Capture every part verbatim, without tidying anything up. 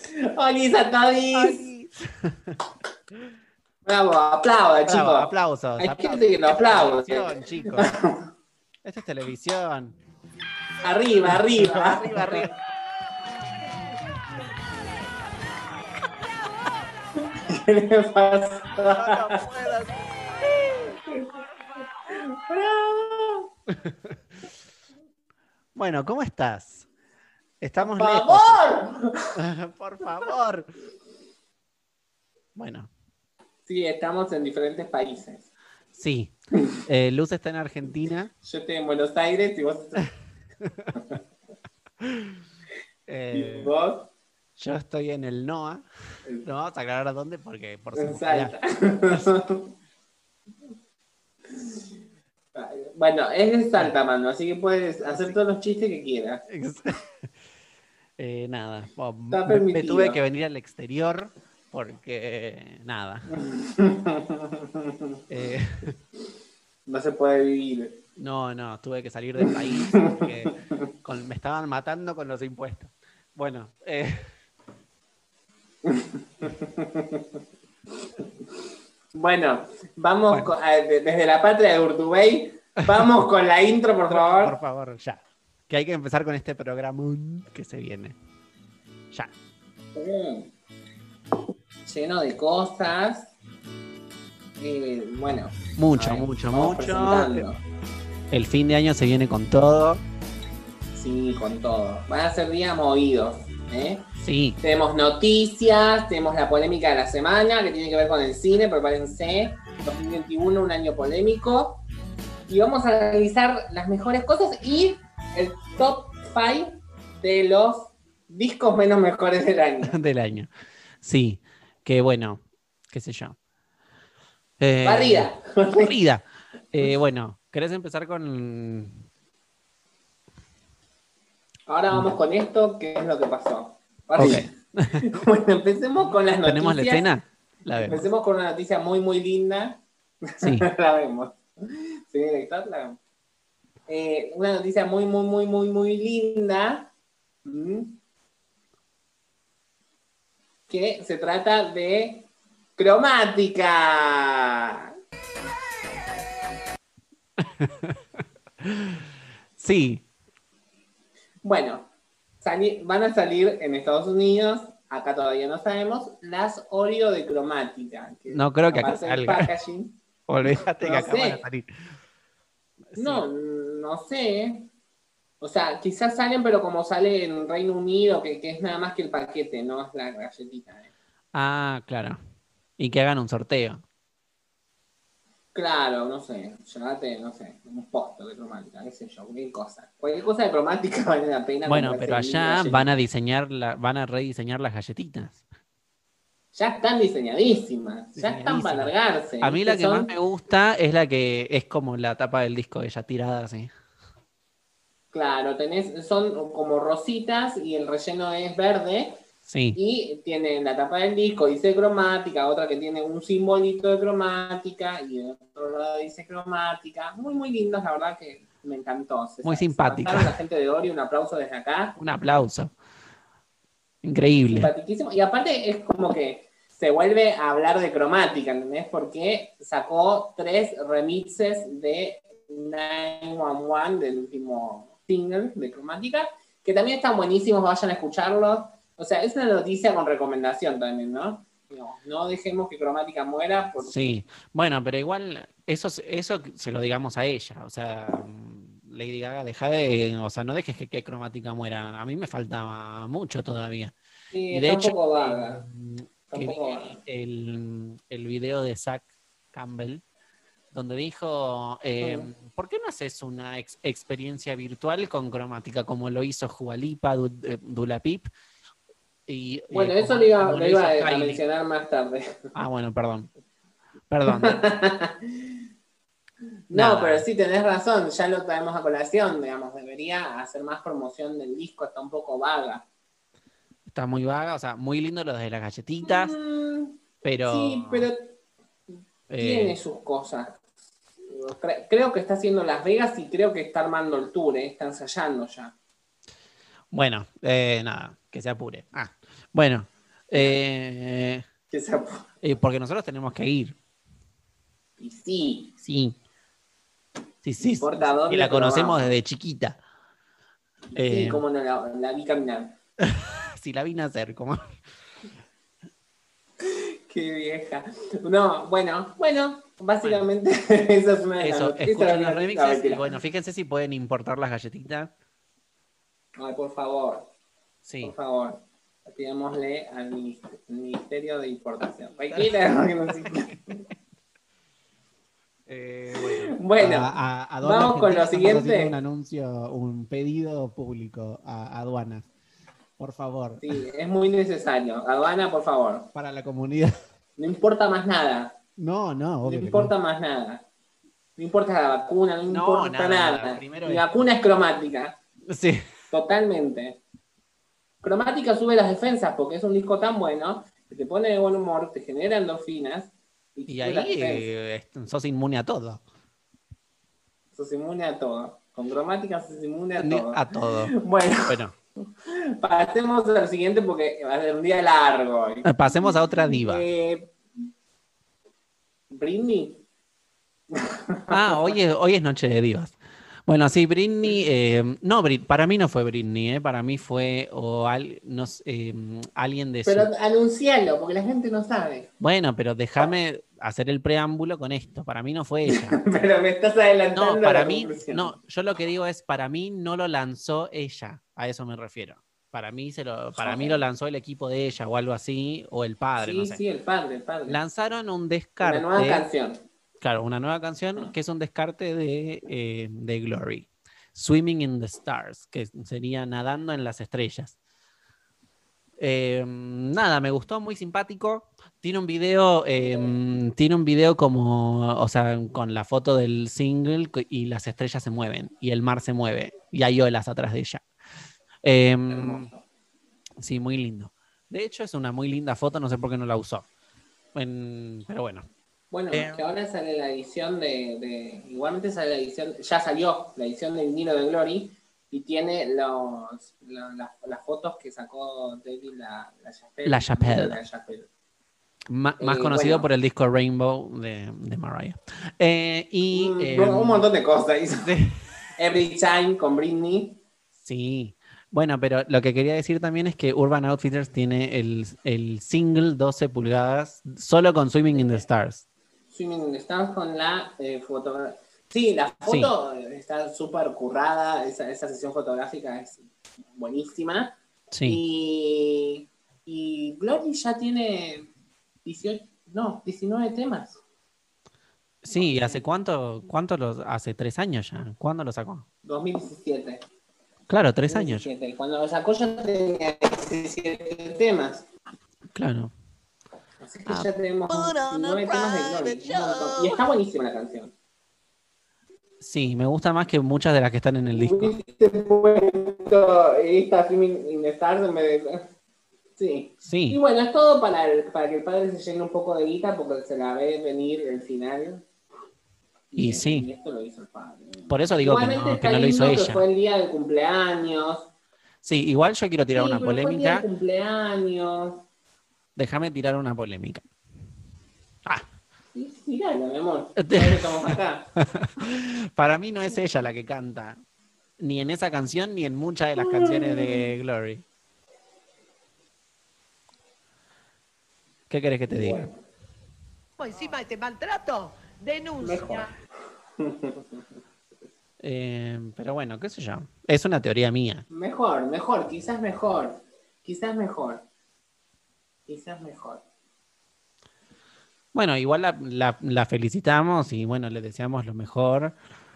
¡Olis a todis! ¡Olis! Bravo, aplauda, Bravo, chicos. aplausos. Hay aplausos. gente que lo Esto es aplaude. televisión, chicos. Esto es televisión. Arriba, arriba. Arriba, arriba. ¿Qué le pasa? No, no puedo. ¡Bravo! Bueno, ¿cómo estás? Estamos ¡Por lejos. favor! Por favor. Bueno. Sí, estamos en diferentes países. Sí. Eh, Luz está en Argentina. Yo estoy en Buenos Aires y vos estás... eh, ¿Y vos? Yo estoy en el NOA. No vamos a aclarar a dónde porque por En seguridad. Salta. Bueno, es de Salta, mano, así que puedes hacer Sí. todos los chistes que quieras. Eh, nada, bueno, Está me, me permitido. tuve que venir al exterior porque nada. Eh, No se puede vivir. no, no, tuve que salir del país porque con- me estaban matando con los impuestos. Bueno, eh, Bueno, vamos Bueno. con- a- de- desde la patria de Urtubey. Vamos con la intro, por favor. por favor, ya. Que hay que empezar con este programa que se viene. Ya. Mm. Lleno de cosas. Eh, bueno. Mucho, a ver, mucho, vamos mucho. presentando. El fin de año se viene con todo. Sí, con todo. Van a ser días movidos, ¿eh? Sí. Tenemos noticias, tenemos la polémica de la semana que tiene que ver con el cine, prepárense. dos mil veintiuno, un año polémico. Y vamos a analizar las mejores cosas y el top cinco de los discos menos mejores del año. Del año. Sí. Que bueno, qué sé yo. Eh, Barrida. Barrida. Eh, bueno, ¿querés empezar con...? Ahora vamos con esto, ¿qué es lo que pasó? Ok. Bueno, empecemos con las noticias. ¿Tenemos la escena? La vemos. Empecemos con una noticia muy, muy linda. Sí. La vemos. Señor director, la vemos. Eh, una noticia muy, muy, muy, muy, muy linda. ¿Mm? Que se trata de Cromática. Sí. Bueno, sali- van a salir en Estados Unidos, acá todavía no sabemos, las Oreo de Cromática. Que No creo que acá aparte del salga. packaging. Olvídate que No acá van sé. a salir. Sí. No, no sé. O sea, quizás salen, pero como sale en Reino Unido, que, que es nada más que el paquete, no es la galletita. ¿eh? Ah, claro. Y que hagan un sorteo. Claro, no sé, llévate, no sé, un posto de cromática, qué sé yo, cualquier cosa. Cualquier cosa de cromática vale la pena. Bueno, comprarse pero mil allá galletitas. van a diseñar la, van a rediseñar las galletitas. Ya están diseñadísimas, ya están para Diseñadísimas. largarse. A mí ¿viste? la que Son- más me gusta es la que es como la tapa del disco, ella tirada así. Claro, tenés, son como rositas y el relleno es verde. Sí. Y tienen la tapa del disco, dice cromática, otra que tiene un simbolito de cromática, y el otro lado dice cromática. Muy, muy lindos, la verdad que me encantó. Se, Muy se simpática. pasaron la gente de Ori, un aplauso desde acá. Un aplauso. Increíble. Simpaticísimo. Y aparte es como que se vuelve a hablar de cromática, ¿entendés? Porque sacó tres remixes de nueve once one, del último single de cromática, que también están buenísimos, vayan a escucharlos. O sea, es una noticia con recomendación también, ¿no? No, no dejemos que cromática muera. Porque... Sí, bueno, pero igual eso, eso se lo digamos a ella. O sea, Lady Gaga, deja de, o sea, no dejes que, que cromática muera. A mí me falta mucho todavía. Sí, Y de está hecho, un poco vaga. eh, Está que un poco vi vaga. el, el video de Zach Campbell, donde dijo, eh, Mm. ¿por qué no haces una ex- experiencia virtual con cromática como lo hizo Dua Lipa, Du- eh, Dula Peep? Y, Bueno, eh, eso como, lo iba, como lo lo iba hizo a, a Kylie. mencionar más tarde. Ah, bueno, perdón. Perdón. No, Nada. pero sí tenés razón, ya lo traemos a colación, digamos, debería hacer más promoción del disco, está un poco vaga. Está muy vaga, o sea, muy lindo lo de las galletitas, Mm, pero... sí, pero tiene eh, sus cosas. Cre- Creo que está haciendo Las Vegas y creo que está armando el tour, ¿eh? Está ensayando ya. bueno, eh, nada, que se apure. Ah, bueno, Eh, Que se- eh, porque nosotros tenemos que ir. Y sí, Sí. Sí, no sí. importa Sí, dónde, y la pero conocemos vamos. desde chiquita. Y sí, Eh, cómo no la, la vi caminar. si la vi nacer, como. Qué vieja. No, bueno, bueno, Bueno, básicamente esa es una de las eso, noticias. Esa escuchen es los una noticia, remixes y mentira. bueno, fíjense si pueden importar las galletitas. Ay, por favor, por Sí. favor. Pidámosle al Ministerio, Ministerio de Importación. Cualquiera que nos- Eh, bueno, Bueno, A, a- aduana vamos con argentina lo estamos haciendo un siguiente. anuncio, un pedido público a, a aduanas. Por favor, Sí, es muy necesario. Aduana, por favor. para la comunidad. No importa más nada. No, no, No obvio que importa no. más nada. No importa la vacuna, no, No, importa nada, nada. nada. Primero Mi esto. vacuna es cromática. Sí. Totalmente. Cromática sube las defensas porque es un disco tan bueno que te pone de buen humor, te genera endorfinas y te Y sube las ahí defensas. eh, est- sos inmune a todo. Sos inmune a todo. Con cromática sos inmune a Ni- todo. A todo. Bueno, Bueno, pasemos al siguiente porque va a ser un día largo hoy. pasemos a otra diva. Eh, Britney. Ah, hoy es, hoy es Noche de Divas. Bueno, sí, Britney, eh, no, Brit- para mí no fue Britney, eh, para mí fue o al- no sé, eh, alguien de Pero su... anuncialo porque la gente no sabe. Bueno, pero déjame hacer el preámbulo con esto, para mí no fue ella. Pero me estás adelantando No, a para la mí, conclusión. no, yo lo que digo es, para mí no lo lanzó ella, a eso me refiero. Para mí, se lo, para mí Ok. lo lanzó el equipo de ella o algo así, o el padre, Sí, no sé. sí, el padre, el padre. Lanzaron un Una descarte, nueva canción. claro, una nueva canción que es un descarte de, eh, de Glory, Swimming in the Stars, que sería Nadando en las Estrellas. Eh, nada, me gustó, muy simpático. Tiene un video, eh, tiene un video como, o sea, con la foto del single co- y las estrellas se mueven y el mar se mueve y hay olas atrás de ella. Eh, Hermoso. sí, muy lindo. De hecho, es una muy linda foto, no sé por qué no la usó. En- pero bueno, Bueno, Eh. que ahora sale la edición de, de- Igualmente sale la edición. Ya salió la edición del vinilo de Glory y tiene los, la- las, las fotos que sacó David La, la Chapelle. La Chapelle. La Chapelle. ma- más Eh, conocido bueno. por el disco Rainbow de, de Mariah. Eh, y, Mm, eh, un montón de cosas. hizo. sí. Every Time con Britney. Sí, bueno, pero lo que quería decir también es que Urban Outfitters tiene el, el single doce pulgadas solo con Swimming in the Stars. Swimming in the Stars con la eh, foto. Sí, la foto está súper currada. Esa, esa sesión fotográfica es buenísima. Sí, Y, y Glory ya tiene dieciocho, no, diecinueve temas. sí, ¿y hace cuánto? ¿Cuánto los, hace tres años ya? ¿Cuándo lo sacó? dos mil diecisiete. Claro, tres años. dos mil diecisiete. Cuando lo sacó ya tenía diecisiete temas. Claro. Así que ya tenemos diecinueve temas de Glory. Un montón. Y está buenísima la canción. Sí, me gusta más que muchas de las que están en el disco. Hubiese puesto esta Swimming in the Stars en vez de... Sí. Y Sí, bueno, es todo para, el- para que el padre se llene un poco de guita porque se la ve venir el final. Y sí. Y esto lo hizo el padre. por eso digo que Igualmente no, está que no lo hizo lindo que ella. fue el día del cumpleaños. Sí, igual yo quiero tirar Sí, una pero fue el día polémica. del cumpleaños. Déjame tirar una polémica. Ah, Sí, tiralo, mi amor. Por eso estamos acá. para mí no es ella la que canta, ni en esa canción ni en muchas de las canciones de Glory. ¿Qué querés que te diga? Bueno, Encima de este maltrato, denuncia. mejor. Eh, pero bueno, qué sé yo. Es una teoría mía. Mejor, mejor, quizás mejor. Quizás mejor. Quizás mejor. Bueno, igual la, la- la felicitamos y bueno, le deseamos lo mejor.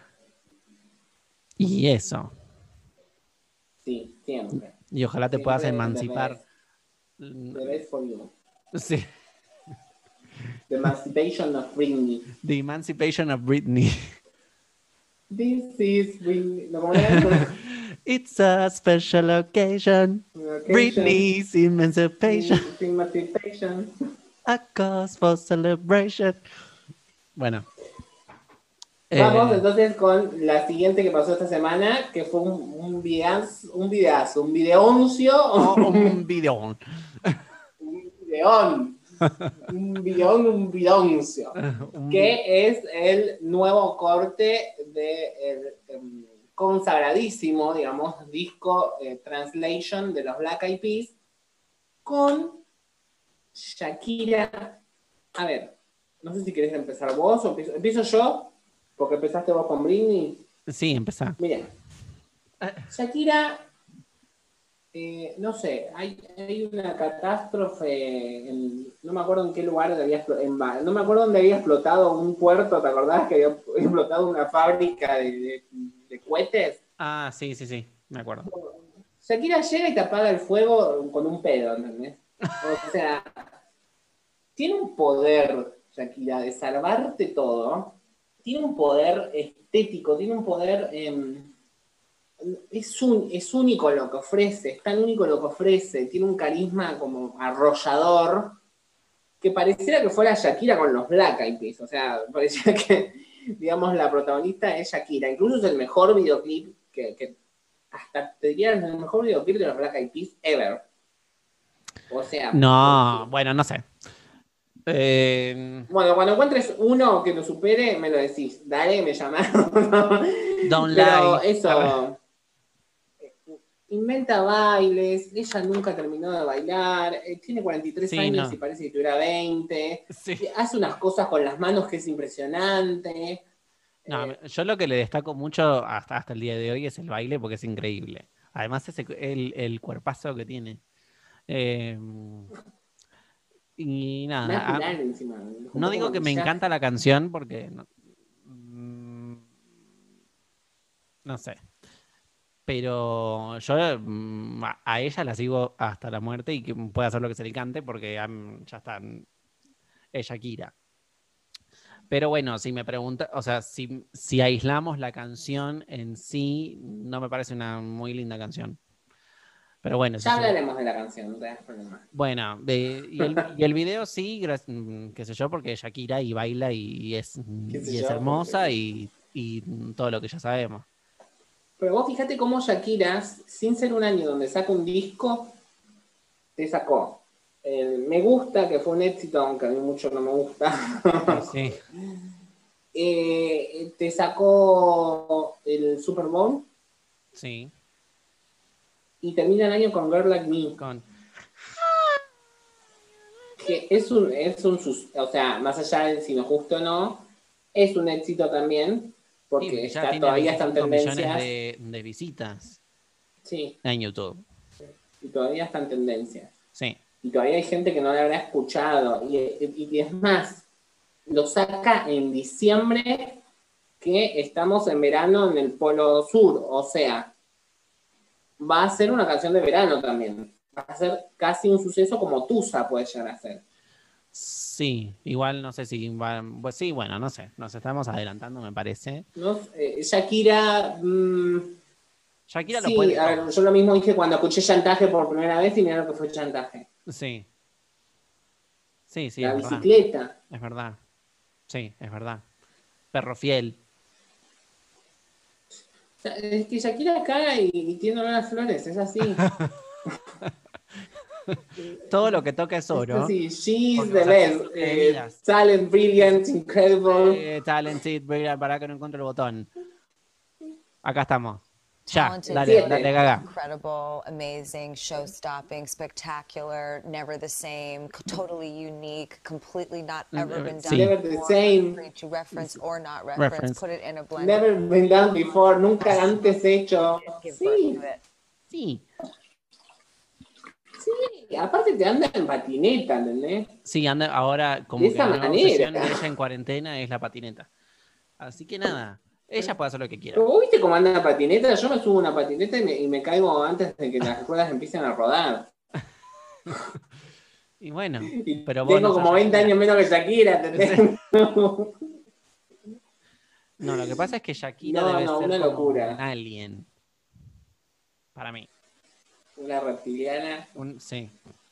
Y eso. Sí, siempre. Y ojalá te puedas Siempre emancipar. The best, the best for you. Sí. The Emancipation of Britney. The Emancipation of Britney. This is Britney. No, ¿cómo era? It's a special occasion. Britney's emancipation. Emancipation. A cause for celebration. Bueno. Vamos Eh, entonces con la siguiente que pasó esta semana, que fue un, un videazo, un videazo, un videoncio, o un video. un videón. Un videón, un bidoncio. Que es el nuevo corte del um, consagradísimo, digamos, disco eh, Translation de los Black Eyed Peas con Shakira. A ver, no sé si querés empezar vos o empiezo, empiezo yo, porque empezaste vos con Britney. Sí, empezá. Miren, Shakira, eh, no sé, hay, hay una catástrofe, en, no me acuerdo en qué lugar había en, no me acuerdo dónde había explotado un puerto, ¿te acordás que había explotado una fábrica de, de, de cohetes? Ah, sí, sí, sí, me acuerdo. Shakira llega y te apaga el fuego con un pedo, ¿entendés? O sea, tiene un poder, Shakira, de salvarte todo. Tiene un poder estético, tiene un poder... Eh, es, un, es único lo que ofrece, es tan único lo que ofrece. Tiene un carisma como arrollador, que pareciera que fuera Shakira con los Black Eyed Peas. O sea, pareciera que, digamos, la protagonista es Shakira. Incluso es el mejor videoclip que... que hasta te diría el mejor videoclip de los Black Eyed Peas ever. O sea... No, porque... bueno, no sé. Eh... Bueno, cuando encuentres uno que lo supere, me lo decís. Dale, me llamás. Don't Pero lie. eso... Inventa bailes, ella nunca terminó de bailar, eh, tiene cuarenta y tres Sí, años no. y parece que tuviera veinte. Sí. Hace unas cosas con las manos que es impresionante. No, Eh, yo lo que le destaco mucho hasta, hasta el día de hoy es el baile porque es increíble. Además, ese, el, el cuerpazo que tiene. Eh, y nada, natural a- encima. no digo que me encanta la canción porque no, mm, no sé. Pero yo mm, a a ella la sigo hasta la muerte y que puede hacer lo que se le cante porque am, ya está, mm, es Shakira. Pero bueno, si me pregunta, o sea, si, si aislamos la canción en sí, no me parece una muy linda canción. Pero bueno, si Ya se- hablaremos de la canción, no tengas problema. bueno, eh, y, el, y el video sí, gra- mm, qué sé yo, porque es Shakira y baila y es, ¿Qué sé y es yo? hermosa Porque- y, y todo lo que ya sabemos. Pero vos fíjate cómo Shakira, sin ser un año donde saca un disco, te sacó. Eh, me gusta, que fue un éxito, aunque a mí mucho no me gusta. Sí, Eh, te sacó el Super Bowl sí, y termina el año con Girl Like Me, con... que es un, es un, sus- o sea, más allá de si nos gusta o no, es un éxito también, porque Sí, ya está, tiene todavía están veinticinco millones tendencias, de, de visitas sí, en YouTube. y todavía están tendencias, Sí, y todavía hay gente que no la habrá escuchado, y, y, y es más, lo saca en diciembre, que estamos en verano en el Polo Sur, o sea, va a ser una canción de verano también. Va a ser casi un suceso como Tusa puede llegar a ser. sí, igual no sé si va, pues sí, bueno, no sé, nos estamos adelantando, me parece. ¿No? Eh, Shakira, mmm, Shakira lo sí, puede a ver, todo. yo lo mismo dije cuando escuché Chantaje por primera vez y mira lo que fue Chantaje. Sí, sí, sí, La es verdad, bicicleta. es verdad, sí, es verdad. Perro fiel. O sea, es que Shakira caga y, y tiene olor a flores, es así. Todo lo que toca es Es oro. así, she's Porque, the o sea, best. tiene Eh, medidas. talent, brilliant, incredible. Eh, talented, mira, para que no encuentro el botón. Acá estamos. Ya, Talented, dale, Siete. dale, Gaga. incredible, amazing, show-stopping, spectacular, never the same, c- totally unique, completely not ever been done Sí. Never the before, same. free to reference or not reference, Reference. put it in a blender, Never been done before, nunca antes hecho. give birth Sí, to it. Sí, sí, aparte te anda en patineta, ¿entendés? sí, anda ahora como De que esa la nueva manera. obsesión de ella en cuarentena es la patineta. Así que nada, ella puede hacer lo que quiera. Pero vos viste cómo anda la patineta, yo me subo a una patineta y me, y me caigo antes de que las ruedas empiecen a rodar. Y bueno, Y pero vos tengo no sos como veinte Shakira. años menos que Shakira, ¿entendés? No, lo que pasa es que Shakira No, debe no, ser una como locura. un alien. Para mí. Una reptiliana. Un, sí.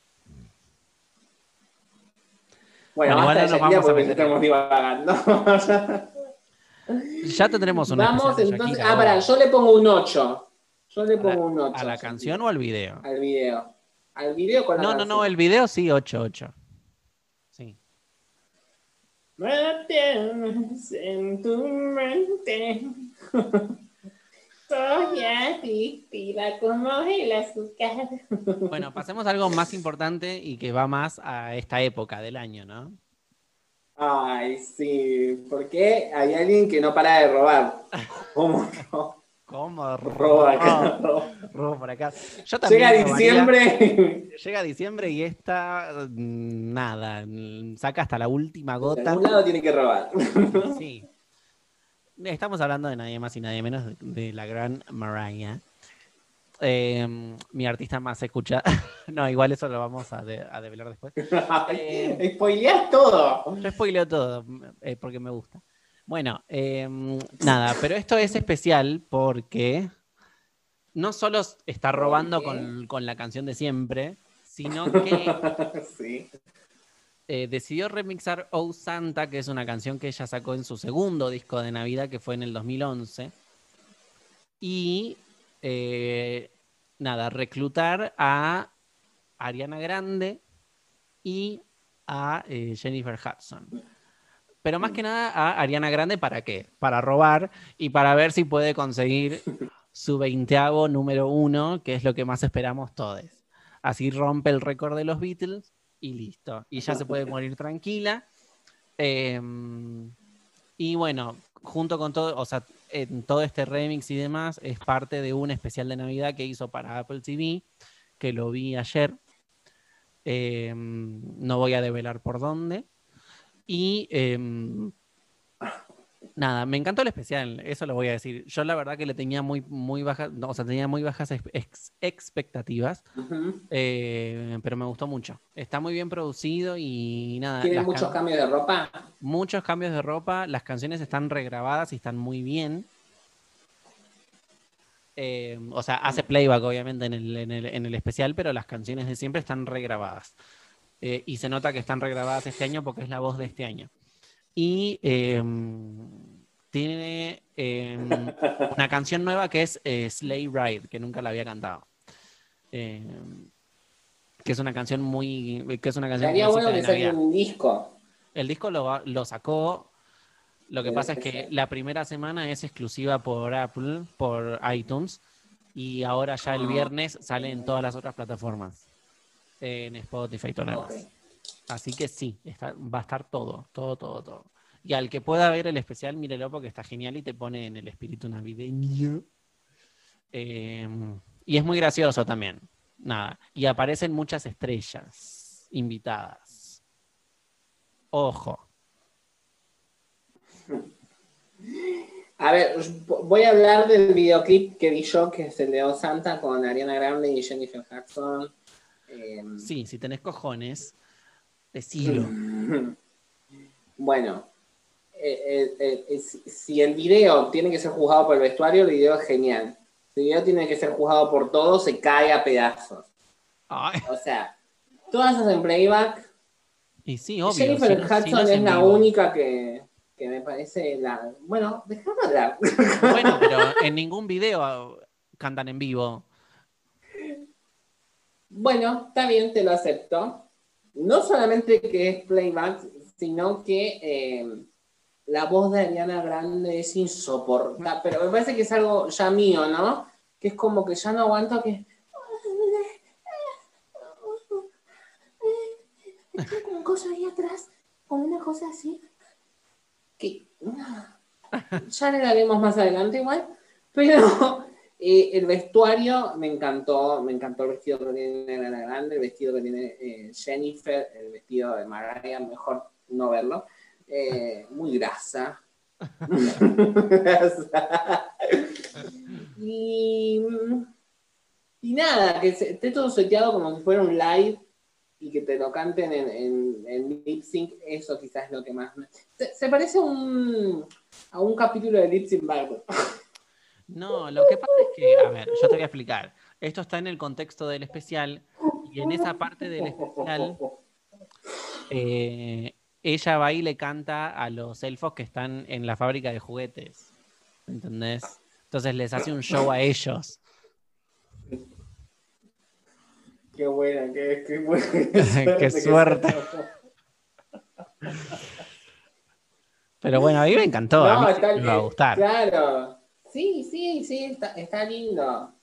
Bueno, Bueno, igual basta no de nos Shakira vamos a porque ya meter estamos divagando. Ya tendremos una Vamos especial de entonces. Shakira, Ah, pará, obvio. yo le pongo un ocho. Yo le ¿A la, pongo un ocho. a la canción o al video? Al video. Al video con la No, no, canción. no, el video sí, ocho, ocho. No tienes en tu mente. Soy adictiva como el azúcar. Bueno, pasemos a algo más importante y que va más a esta época del año, ¿no? Ay, sí. Porque hay alguien que no para de robar. ¿Cómo no? ¿Cómo? Roba acá, Robo, roba. robo por acá. Yo también Llega robaría- diciembre. Llega diciembre y esta, mm, nada, mm, saca hasta la última De gota. algún lado tiene que robar. Sí. Estamos hablando de nadie más y nadie menos de, de la gran Mariah. Eh, mi artista más escuchada. No, igual eso lo vamos a, de- a develar después. Eh, Spoileás todo. Yo spoileo todo eh, porque me gusta. Bueno, eh, nada, pero esto es especial porque no solo está robando qué? con, con la canción de siempre, sino que Sí. eh, decidió remixar Oh Santa, que es una canción que ella sacó en su segundo disco de Navidad, que fue en el dos mil once. Y eh, nada, reclutar a Ariana Grande y a eh, Jennifer Hudson. Pero más que nada a Ariana Grande, ¿para qué? Para robar y para ver si puede conseguir su veinteavo número uno, que es lo que más esperamos todos. Así rompe el récord de los Beatles y listo. Y ya se puede morir tranquila. Eh, y bueno, junto con todo, o sea, en todo este remix y demás, es parte de un especial de Navidad que hizo para Apple T V, que lo vi ayer. Eh, no voy a develar por dónde. Y eh, nada, me encantó el especial, eso lo voy a decir. Yo la verdad que le tenía muy, muy bajas, no, o sea, tenía muy bajas ex- ex- expectativas, Ujú. eh, pero me gustó mucho. Está muy bien producido y nada, ¿Tiene las muchos can- cambios de ropa? muchos cambios de ropa, las canciones están regrabadas y están muy bien. Eh, o sea, hace playback obviamente en el, en el, en el especial, pero las canciones de siempre están regrabadas. Eh, y se nota que están regrabadas este año porque es la voz de este año. Y eh, tiene eh, una canción nueva que es eh, Sleigh Ride, que nunca la había cantado. Eh, que es una canción muy. Que es una canción Estaría clásica bueno de que saque Navidad. un disco. El disco lo, lo sacó. Lo que Debe pasa es que ser. la primera semana es exclusiva por Apple, por iTunes, y ahora ya el Ah, viernes sale en todas las otras plataformas. En Spotify y todo lo ok. demás. Así que sí, está, va a estar todo, todo, todo, todo. Y al que pueda ver el especial, mírelo porque está genial y te pone en el espíritu navideño. Eh, y es muy gracioso también. Nada. Y aparecen muchas estrellas invitadas. Ojo. A ver, voy a hablar del videoclip que vi yo, que es el de O Santa con Ariana Grande y Jennifer Hudson. Eh, Sí, si tenés cojones, decilo. Bueno, eh, eh, eh, si, si el video tiene que ser juzgado por el vestuario, el video es genial. Si el video tiene que ser juzgado por todo, se cae a pedazos. Ay. O sea, todas hacen playback. Y sí, obvio. Jennifer si no, Hudson si no es, es en la vivo. única que, que me parece la... Bueno, déjame hablar. Bueno, pero en ningún video cantan en vivo. Bueno, está bien, te lo acepto. No solamente que es playback, sino que eh, la voz de Ariana Grande es insoportable. Pero me parece que es algo ya mío, ¿no? Que es como que ya no aguanto que... Tiene como cosa ahí atrás, como una cosa así. Que... Ya le daremos más adelante igual. Pero... Eh, el vestuario me encantó, me encantó el vestido que tiene Ariana Grande, el vestido que tiene eh, Jennifer, el vestido de Mariah, mejor no verlo. Eh, muy grasa. y, y nada, que se, esté todo seteado como si fuera un live y que te lo canten en, en, en lip sync, eso quizás es lo que más me... Se, se parece a un, a un capítulo de Lip Sync Battle. No, lo que pasa es que, a ver, yo te voy a explicar. Esto está en el contexto del especial y en esa parte del especial eh, ella va y le canta a los elfos que están en la fábrica de juguetes. ¿Entendés? Entonces les hace un show a ellos. Qué buena, qué, qué buena. Qué suerte. Pero bueno, a mí me encantó, a No, mí sí está, me va a eh, gustar. claro. Sí, sí, sí, está, está lindo.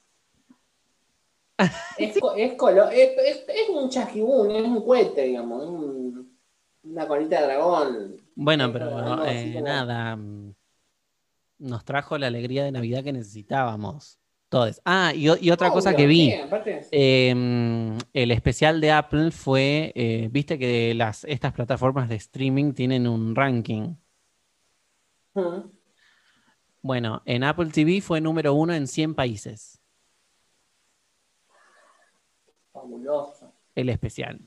Es, co- es, colo- es, es- es un chasquibún, es un cohete, digamos, es un- una colita de dragón. Bueno, Es como pero algo así eh, como. nada, mm, nos trajo la alegría de Navidad que necesitábamos. Todos. Ah, y, o- y otra cosa que Obvio, sí, vi. aparte. eh, mm, el especial de Apple fue, eh, viste que las, estas plataformas de streaming tienen un ranking. Mm, Bueno, en Apple T V fue número uno en cien países, fabuloso. el especial.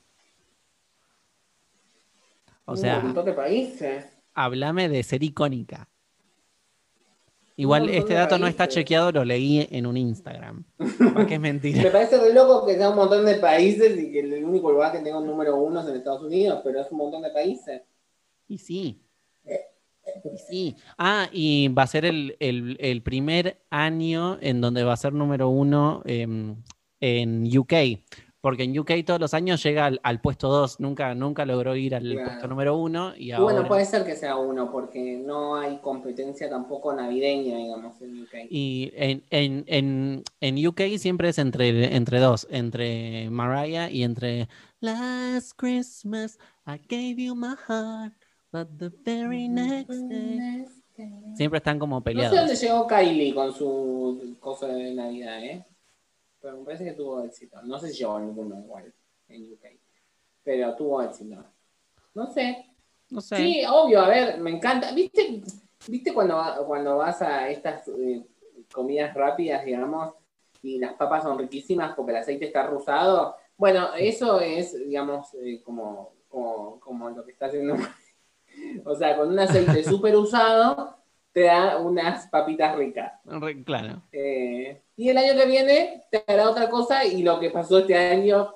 O Un sea, montón de países. háblame de ser icónica. Un Igual montón este de dato no está países. chequeado, lo leí en un Instagram. Capaz que es Me mentira. parece re loco que sea un montón de países y que el único lugar que tenga un número uno es en Estados Unidos, pero es un montón de países. Y sí. Y sí. Ah, y va a ser el, el- el primer año en donde va a ser número uno em, en U K. Porque en U K todos los años llega al, al puesto dos. Nunca, nunca logró ir al Claro. puesto número uno. Y Y bueno, ahora. puede ser que sea uno, porque no hay competencia tampoco navideña, digamos, en U K. Y en, en, en, en U K siempre es entre, entre dos, entre Mariah y entre Last Christmas I gave you my heart, but the very next day. Siempre están como No sé peleados. dónde llegó Kylie con su cosa de Navidad, ¿eh? Pero me parece que tuvo éxito. No sé si llegó a ninguno igual en U K. Pero tuvo éxito. No sé. No sé. Sí, obvio, a ver, me encanta. ¿Viste, ¿viste cuando, va- cuando vas a estas eh, comidas rápidas, digamos, y las papas son riquísimas porque el aceite está rosado? Bueno, eso es, digamos, eh, como, como, como lo que está haciendo. O sea, con un aceite súper usado, te da unas papitas ricas. Re- Claro. Eh, y el año que viene te hará otra cosa y lo que pasó este año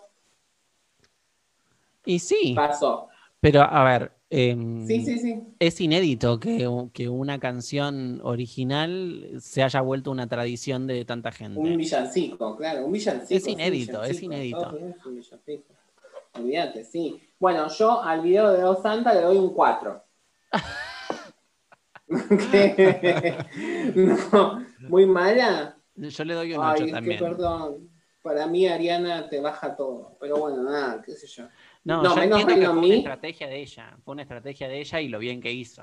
Y sí, pasó. pero a ver, em, Sí, sí, sí. es inédito que, que una canción original se haya vuelto una tradición de tanta gente. Un villancico, claro, un villancico. Es inédito, un es villancico. inédito. Todos tenemos un villancico. Olvídate, sí. Bueno, yo al video de Dos Santa le doy un cuatro. No, muy mala. Yo le doy un Ay, ocho es que también. perdón. Para mí Ariana te baja todo. Pero bueno, nada, qué sé yo. No, No, yo menos entiendo que Rain fue on una Me. estrategia de ella. Fue una estrategia de ella y lo bien que hizo.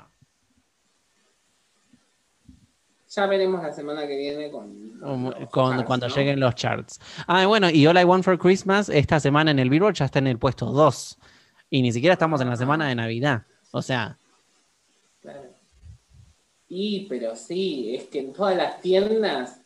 Ya veremos la semana que viene con, Um, los con- charts, cuando ¿no? lleguen los charts. Ah, y bueno, y All I Want for Christmas esta semana en el Billboard ya está en el puesto dos. Y ni siquiera estamos en la semana de Navidad. O sea, Claro. Y, pero sí, es que en todas las tiendas.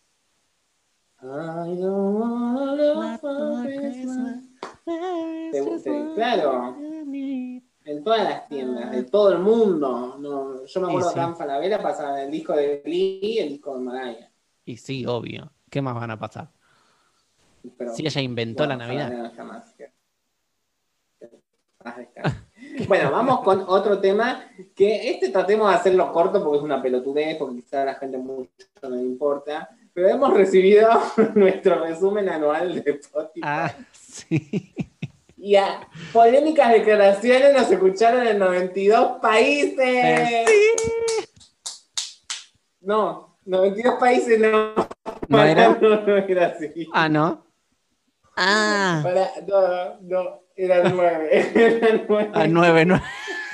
I don't wanna live for Christmas. Te- te- claro, en todas las tiendas, de todo el mundo. No, yo me Y acuerdo sí. acá en Falabella pasaban el disco de Glee y el disco de Mariah. Y sí, obvio. ¿Qué más van a pasar? Pero, Si ella inventó bueno, la Navidad. Falabella no está más. Que- Ah, está. Bueno, vamos con otro tema, que este tratemos de hacerlo corto porque es una pelotudez, porque quizá a la gente mucho no le importa, pero hemos recibido nuestro resumen anual de Spotify. Ah, sí. Y a polémicas declaraciones nos escucharon en noventa y dos países. No, noventa y dos países no. ¿No era? No, no era así. Ah, ¿no? Ah, Para, no, no, era nueve. Era nueve. a nueve, nueve.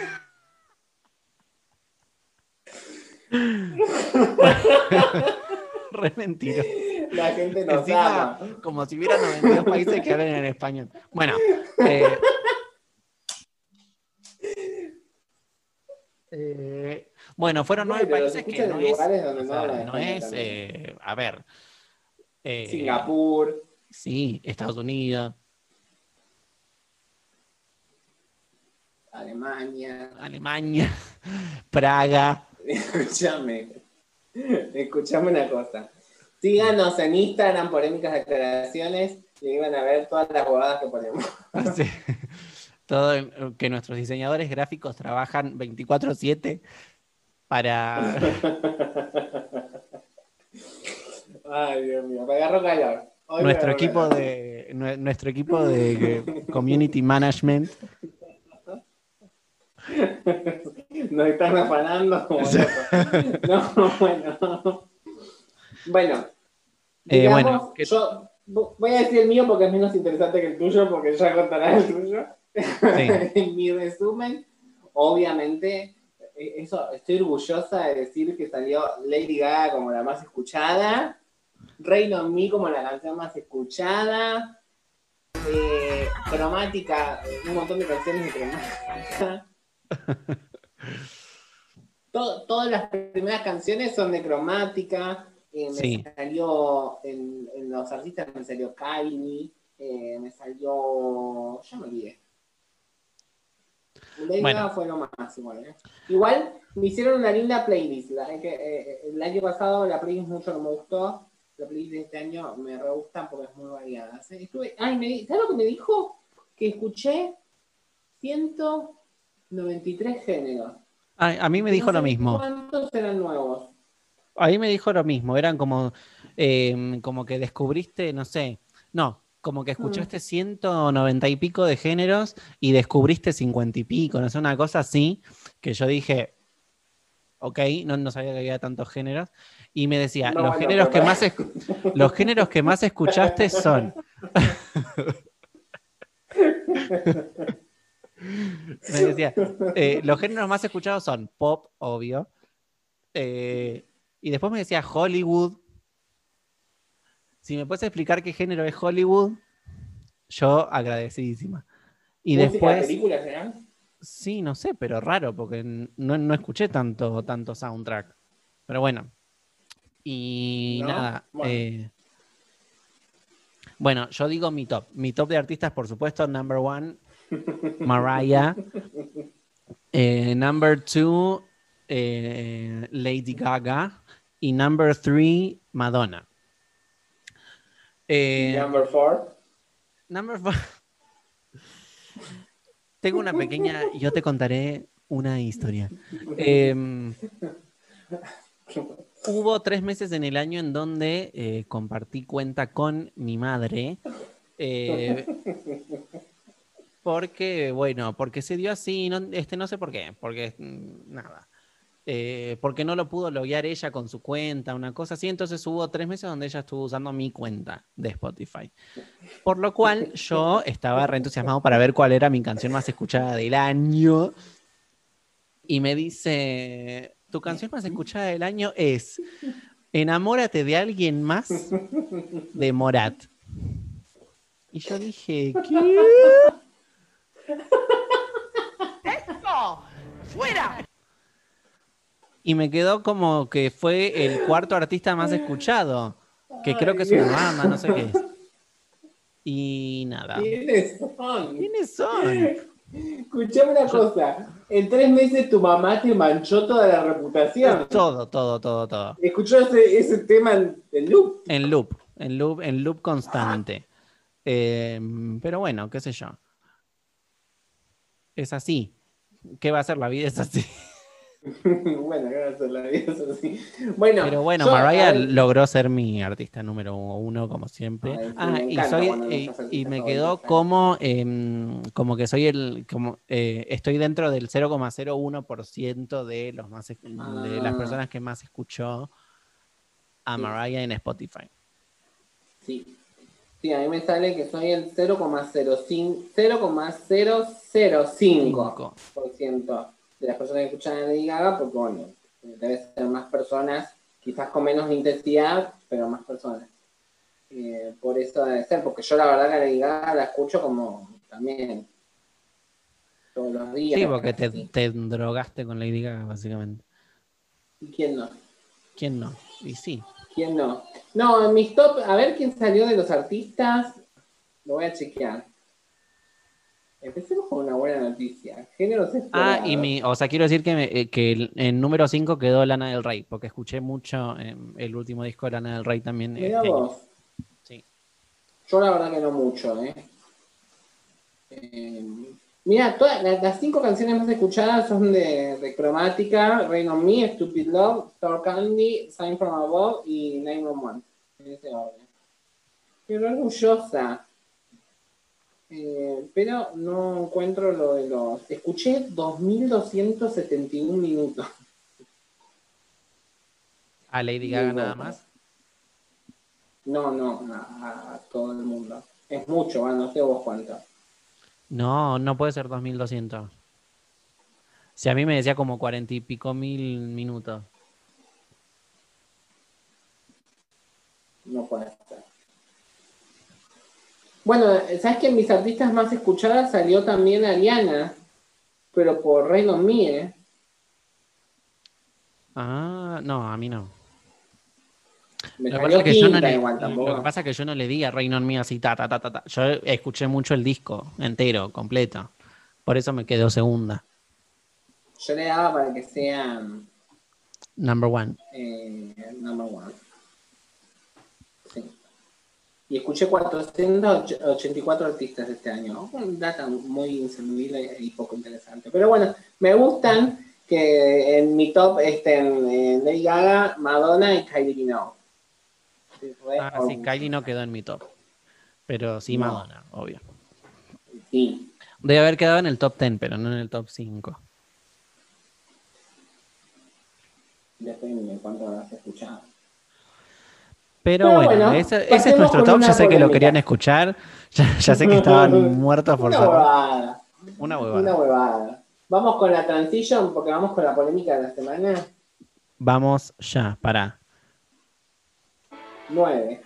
Re mentiroso. La gente nos Encima, ama. como si hubiera noventa y dos países que hablan en español. Bueno, eh, eh, bueno, fueron nueve Bueno, los países que escuchan no en es, lugares donde o no sea, hablan no español es, también. eh, a ver, eh, Singapur. sí, Estados Unidos, Alemania. Alemania, Praga. Escúchame. Escúchame una cosa. Síganos en Instagram, polémicas declaraciones, y ahí van a ver todas las bobadas que ponemos. Sí. Todo que nuestros diseñadores gráficos trabajan veinticuatro siete para Ay, Dios mío, me agarró calor. Hoy me nuestro agarró equipo calor. de nue- nuestro equipo de community management. Nos están afanando como locos. No, bueno. Bueno, Eh, digamos, bueno, que- yo voy a decir el mío porque es menos interesante que el tuyo, porque ya contarás el tuyo. En mi resumen, obviamente, eh, eso, estoy orgullosa de decir que salió Lady Gaga como la más escuchada, Rain on Me como la canción más escuchada, eh, Cromática, un montón de canciones de Cromática. Todo- todas las primeras canciones son de Cromática. Eh, me Sí. salió en, en los artistas, me salió Kylie, eh, me salió. Ya me olvidé. Lady Bueno. Gaga fue lo más igual. ¿eh? Igual me hicieron una linda playlist. La, que, eh, el año pasado la playlist mucho no me gustó. La playlist de este año me re gustan porque es muy variada. ¿sí? Estuve, ay, me, ¿sabes lo que me dijo? Que escuché ciento noventa y tres géneros. A, a mí me No dijo lo sé mismo. ¿Cuántos eran nuevos? A mí me dijo lo mismo. Eran como, eh, como que descubriste, no sé, no, como que escuchaste ciento noventa y pico de géneros y descubriste cincuenta y pico, no sé, una cosa así, que yo dije, ok, no, no sabía que había tantos géneros. Y me decía, No, los bueno, géneros pero que para- más esc- los géneros que más escuchaste son. Me decía, eh, los géneros más escuchados son pop, obvio. eh, y después me decía Hollywood. Si me puedes explicar qué género es Hollywood, yo agradecidísima. Y ¿Música de después, películas eran? sí, no sé, pero raro, porque no, no escuché tanto, tanto soundtrack. Pero bueno. Y ¿No? nada. Bueno. eh, bueno, yo digo mi top. Mi top de artistas, por supuesto, number one, Mariah. Eh, number two, eh, Lady Gaga. Y number three, Madonna. ¿Y Eh, number four? number four. Tengo una pequeña, yo te contaré una historia. Eh, hubo tres meses en el año en donde eh, compartí cuenta con mi madre. eh, porque, bueno, porque se dio así, no, este, no sé por qué, porque mm, nada. Eh, porque no lo pudo loguear ella con su cuenta, una cosa así. Entonces hubo tres meses donde ella estuvo usando mi cuenta de Spotify. Por lo cual yo estaba re entusiasmado para ver cuál era mi canción más escuchada del año. Y me dice, tu canción más escuchada del año es Enamórate de alguien más de Morat. Y yo dije, ¿qué? ¡Esto! ¡Fuera! Y me quedó como que fue el cuarto artista más escuchado, que creo que es una banda, no sé qué es. Y nada. ¿Quiénes son? ¿Quiénes son? Escuchame una Yo- cosa. En tres meses tu mamá te manchó toda la reputación. Todo, todo, todo, todo. Escuchó ese, ese tema en, en loop. En loop, en loop, en loop constante. Eh, pero bueno, qué sé yo. Es así. ¿Qué va a ser? La vida es así. Bueno, gracias, la vida es así. Bueno, Pero bueno, yo, Mariah a ver- logró ser mi artista número uno, como siempre. Ay, sí, ah, me y encanta soy cuando y, nuestros y artistas me favoritos quedó están. como, em, como que soy el, como eh, estoy dentro del cero coma cero uno por ciento de los más es- de las Ah. personas que más escuchó a Sí. Mariah en Spotify. Sí. Sí, a mí me sale que soy el cero coma cero cero cero cinco por ciento de las personas que escuchan a Lady Gaga, porque bueno, debe ser más personas, quizás con menos intensidad, pero más personas. Eh, por eso debe ser, porque yo la verdad que a Lady Gaga la escucho como también todos los días. Sí, porque te, casi. te drogaste con Lady Gaga, básicamente. ¿Y quién no? ¿Quién no? Y sí. ¿Quién no? No, en mis top, a ver quién salió de los artistas, lo voy a chequear. Empecemos con una buena noticia. Géneros explorados. Ah, y mi, o sea, quiero decir que, me- eh, que el, en número cinco quedó Lana del Rey, porque escuché mucho eh, el último disco de Lana del Rey también. Mirá este año. vos. Sí. Yo la verdad que no mucho, ¿eh? eh mira, todas las, las cinco canciones más escuchadas son de, de Cromática, Rain on Me, Stupid Love, Star Candy, Sign from Above y nueve uno uno. En ese orden. Pero orgullosa. Eh, pero no encuentro lo de los... Escuché dos mil doscientos setenta y un minutos. ¿A Lady Y Gaga bueno, nada más? No, no, a, a todo el mundo. Es mucho, ¿va? No sé vos cuánto. No, no puede ser dos mil doscientos. Si a mí me decía como cuarenta y pico mil minutos. No puede ser. Bueno, ¿sabes que en mis artistas más escuchadas salió también Ariana? Pero por Rain on Me, ¿eh? Ah, no, a mí no. Me Lo que pasa es salió que yo no quinta le, igual lo que tampoco. pasa es que yo no le di a Rain on Me así, ta, ta, ta, ta, ta. Yo escuché mucho el disco entero, completo. Por eso me quedó segunda. Yo le daba para que sea Number one. eh, number one. Sí. Y escuché cuatrocientos ochenta y cuatro artistas este año. Un data muy inservible y poco interesante. Pero bueno, me gustan que en mi top estén eh, Lady Gaga, Madonna y Kylie Minogue. Estoy re Ah, sí, Kylie orgullosa. no quedó en mi top. Pero sí No. Madonna, obvio. Sí. Debe haber quedado en el top diez, pero no en el top cinco. Depende de cuánto habrás escuchado. Pero, Pero bueno, bueno, ese, ese es pasemos nuestro con top. una Ya sé que lo querían polémica. escuchar. Ya, ya sé que estaban muertos por Una saber. huevada. Una huevada. Una huevada. Vamos con la transition porque vamos con la polémica de la semana. Vamos ya, pará. nueve.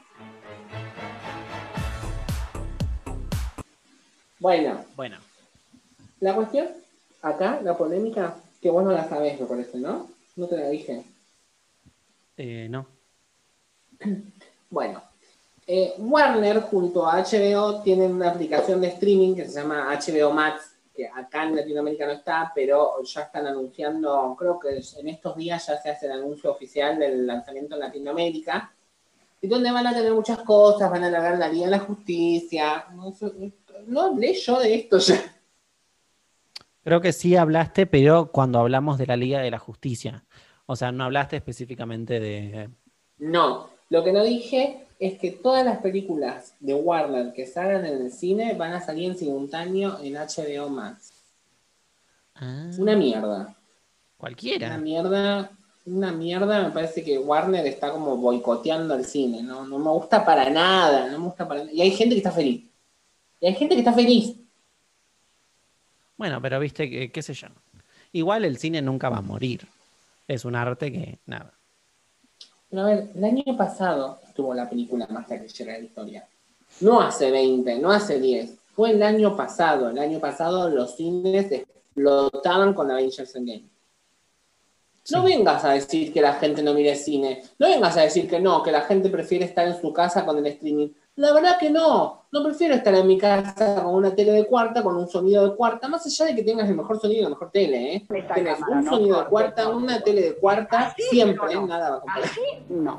Bueno, Bueno, la cuestión, acá, la polémica, que vos no la sabés, me parece, ¿no? No te la dije. eh, no. Bueno, eh, Warner junto a H B O tienen una aplicación de streaming que se llama H B O Max, que acá en Latinoamérica no está, pero ya están anunciando, creo que en estos días ya se hace el anuncio oficial del lanzamiento en Latinoamérica, y donde van a tener muchas cosas, van a alargar la Liga de la Justicia. No, sé, no hablé yo de esto ya. Creo que sí hablaste, pero cuando hablamos de la Liga de la Justicia. O sea, no hablaste específicamente de... No, lo que no dije es que todas las películas de Warner que salgan en el cine van a salir en simultáneo en H B O Max. Ah, Una mierda. Una cualquiera. mierda, una mierda, me parece que Warner está como boicoteando el cine, ¿no? No me gusta para nada, no me gusta para nada. Y hay gente que está feliz. Y hay gente que está feliz. Bueno, pero viste, que, qué sé yo. Igual el cine nunca va a morir. Es un arte que, nada. Pero a ver, el año pasado estuvo la película más taquillera de la historia. No hace veinte, no hace diez. Fue el año pasado. El año pasado los cines explotaban con Avengers Endgame. Sí. No vengas a decir que la gente no mire cine. No vengas a decir que no, que la gente prefiere estar en su casa con el streaming. La verdad que no. No prefiero estar en mi casa con una tele de cuarta, con un sonido de cuarta, más allá de que tengas el mejor sonido y la mejor tele, ¿eh? Esta Tenés cámara un no sonido de corte, cuarta, no, una no, tele de cuarta, así, siempre, pero no. nada va a comparar. Así no.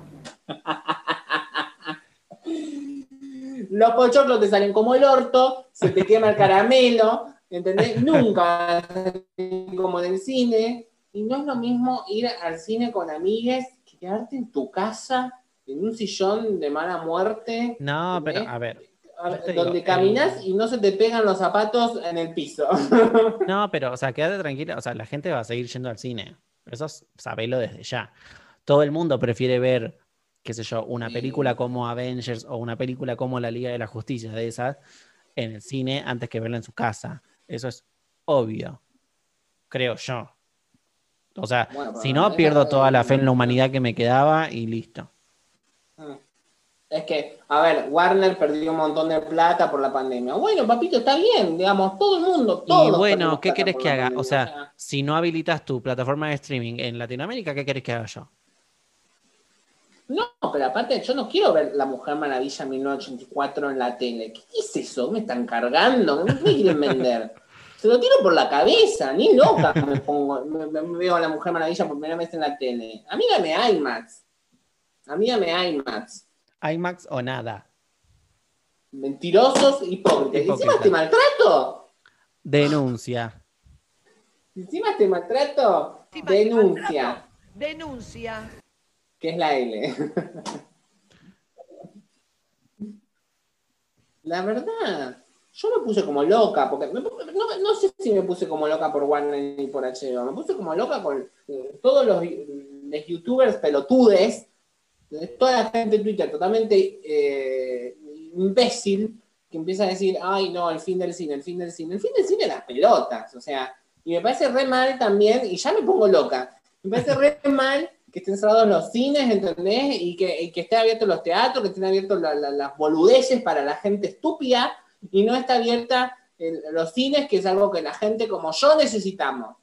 Los pochoclos te salen como el orto, se te quema el caramelo, ¿entendés? Nunca como en el cine. Y no es lo mismo ir al cine con amigues que quedarte en tu casa, en un sillón de mala muerte. No, pero ¿entendés? a ver. A yo ver, te digo, donde caminas el- y no se te pegan los zapatos en el piso. No, pero, o sea, quédate tranquila. O sea, la gente va a seguir yendo al cine. Eso es- sabelo desde ya. Todo el mundo prefiere ver, qué sé yo, una Sí. película como Avengers o una película como La Liga de la Justicia de esas en el cine antes que verla en su casa. Eso es obvio, creo yo. O sea, Bueno, pero si no no, tenés pierdo toda la fe en la la- humanidad que me quedaba y listo. Es que, a ver, Warner perdió un montón de plata por la pandemia. Bueno, papito, está bien, digamos, todo el mundo, todos Y bueno, perdimos ¿qué plata querés por que la haga? O pandemia. sea, si no habilitas tu plataforma de streaming en Latinoamérica, ¿qué querés que haga yo? No, pero aparte, yo no quiero ver La Mujer Maravilla mil novecientos ochenta y cuatro en la tele. ¿Qué es eso? ¿Me están cargando? ¿Qué me quieren vender? Se lo tiro por la cabeza, ni loca me pongo, me, me veo a La Mujer Maravilla por primera vez en la tele. A mí dame IMAX. A mí dame IMAX. IMAX o nada. Mentirosos, hipócritas. Hipócrita. Encima te maltrato. Denuncia. Encima te maltrato. Encima te Denuncia. maltrato. Denuncia. ¿Qué es la L? La verdad. yo me puse como loca, porque me, no, no sé si me puse como loca por Warner y por H B O, me puse como loca con eh, todos los, los youtubers pelotudes, toda la gente en Twitter totalmente eh, imbécil, que empieza a decir, ay no, el fin del cine, el fin del cine, el fin del cine las pelotas, o sea, y me parece re mal también, y ya me pongo loca, me parece re mal que estén cerrados los cines, ¿entendés? Y que, y que estén abiertos los teatros, que estén abiertos la, la, las boludeces para la gente estúpida, y no está abierta el, los cines, que es algo que la gente como yo necesitamos.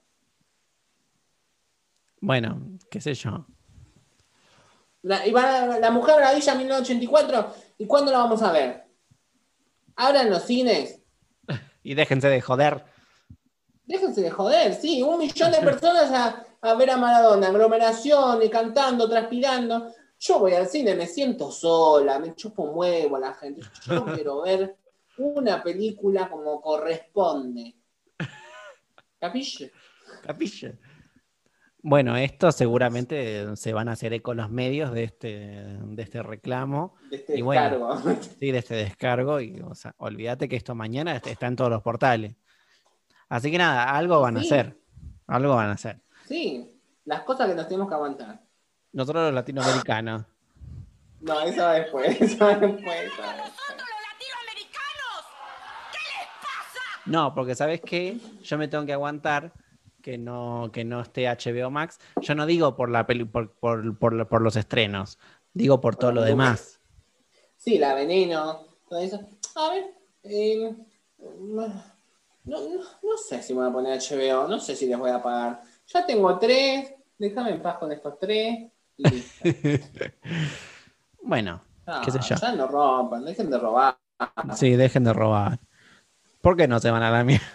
Bueno, qué sé yo. La, y va, la Mujer Maravilla mil novecientos ochenta y cuatro, ¿y cuándo la vamos a ver? Abran los cines. Y déjense de joder. Déjense de joder, sí, un millón de personas a, a ver a Maradona, aglomeración, y cantando, transpirando. Yo voy al cine, me siento sola, me chupo un huevo a la gente. Yo quiero ver una película como corresponde. ¿Capille? Capilla. Bueno, esto seguramente se van a hacer eco los medios de este, de este reclamo. De este y bueno, descargo. Sí, de este descargo. Y, o sea, olvídate que esto mañana está en todos los portales. Así que nada, algo van a Sí. hacer. Algo van a hacer. Sí, las cosas que nos tenemos que aguantar. Nosotros los latinoamericanos. No, eso va después, eso va después, eso va después. No, porque ¿sabes qué? Yo me tengo que aguantar que no, que no esté H B O Max. Yo no digo por, la peli, por, por, por, por los estrenos, digo por todo lo demás. Sí, la Veneno, todo eso. A ver, eh, no, no, no sé si me voy a poner H B O, no sé si les voy a pagar. Ya tengo tres, déjame en paz con estos tres y listo. Bueno, No, qué sé yo. ya no rompan, dejen de robar. Sí, dejen de robar. ¿Por qué no se van a la mierda?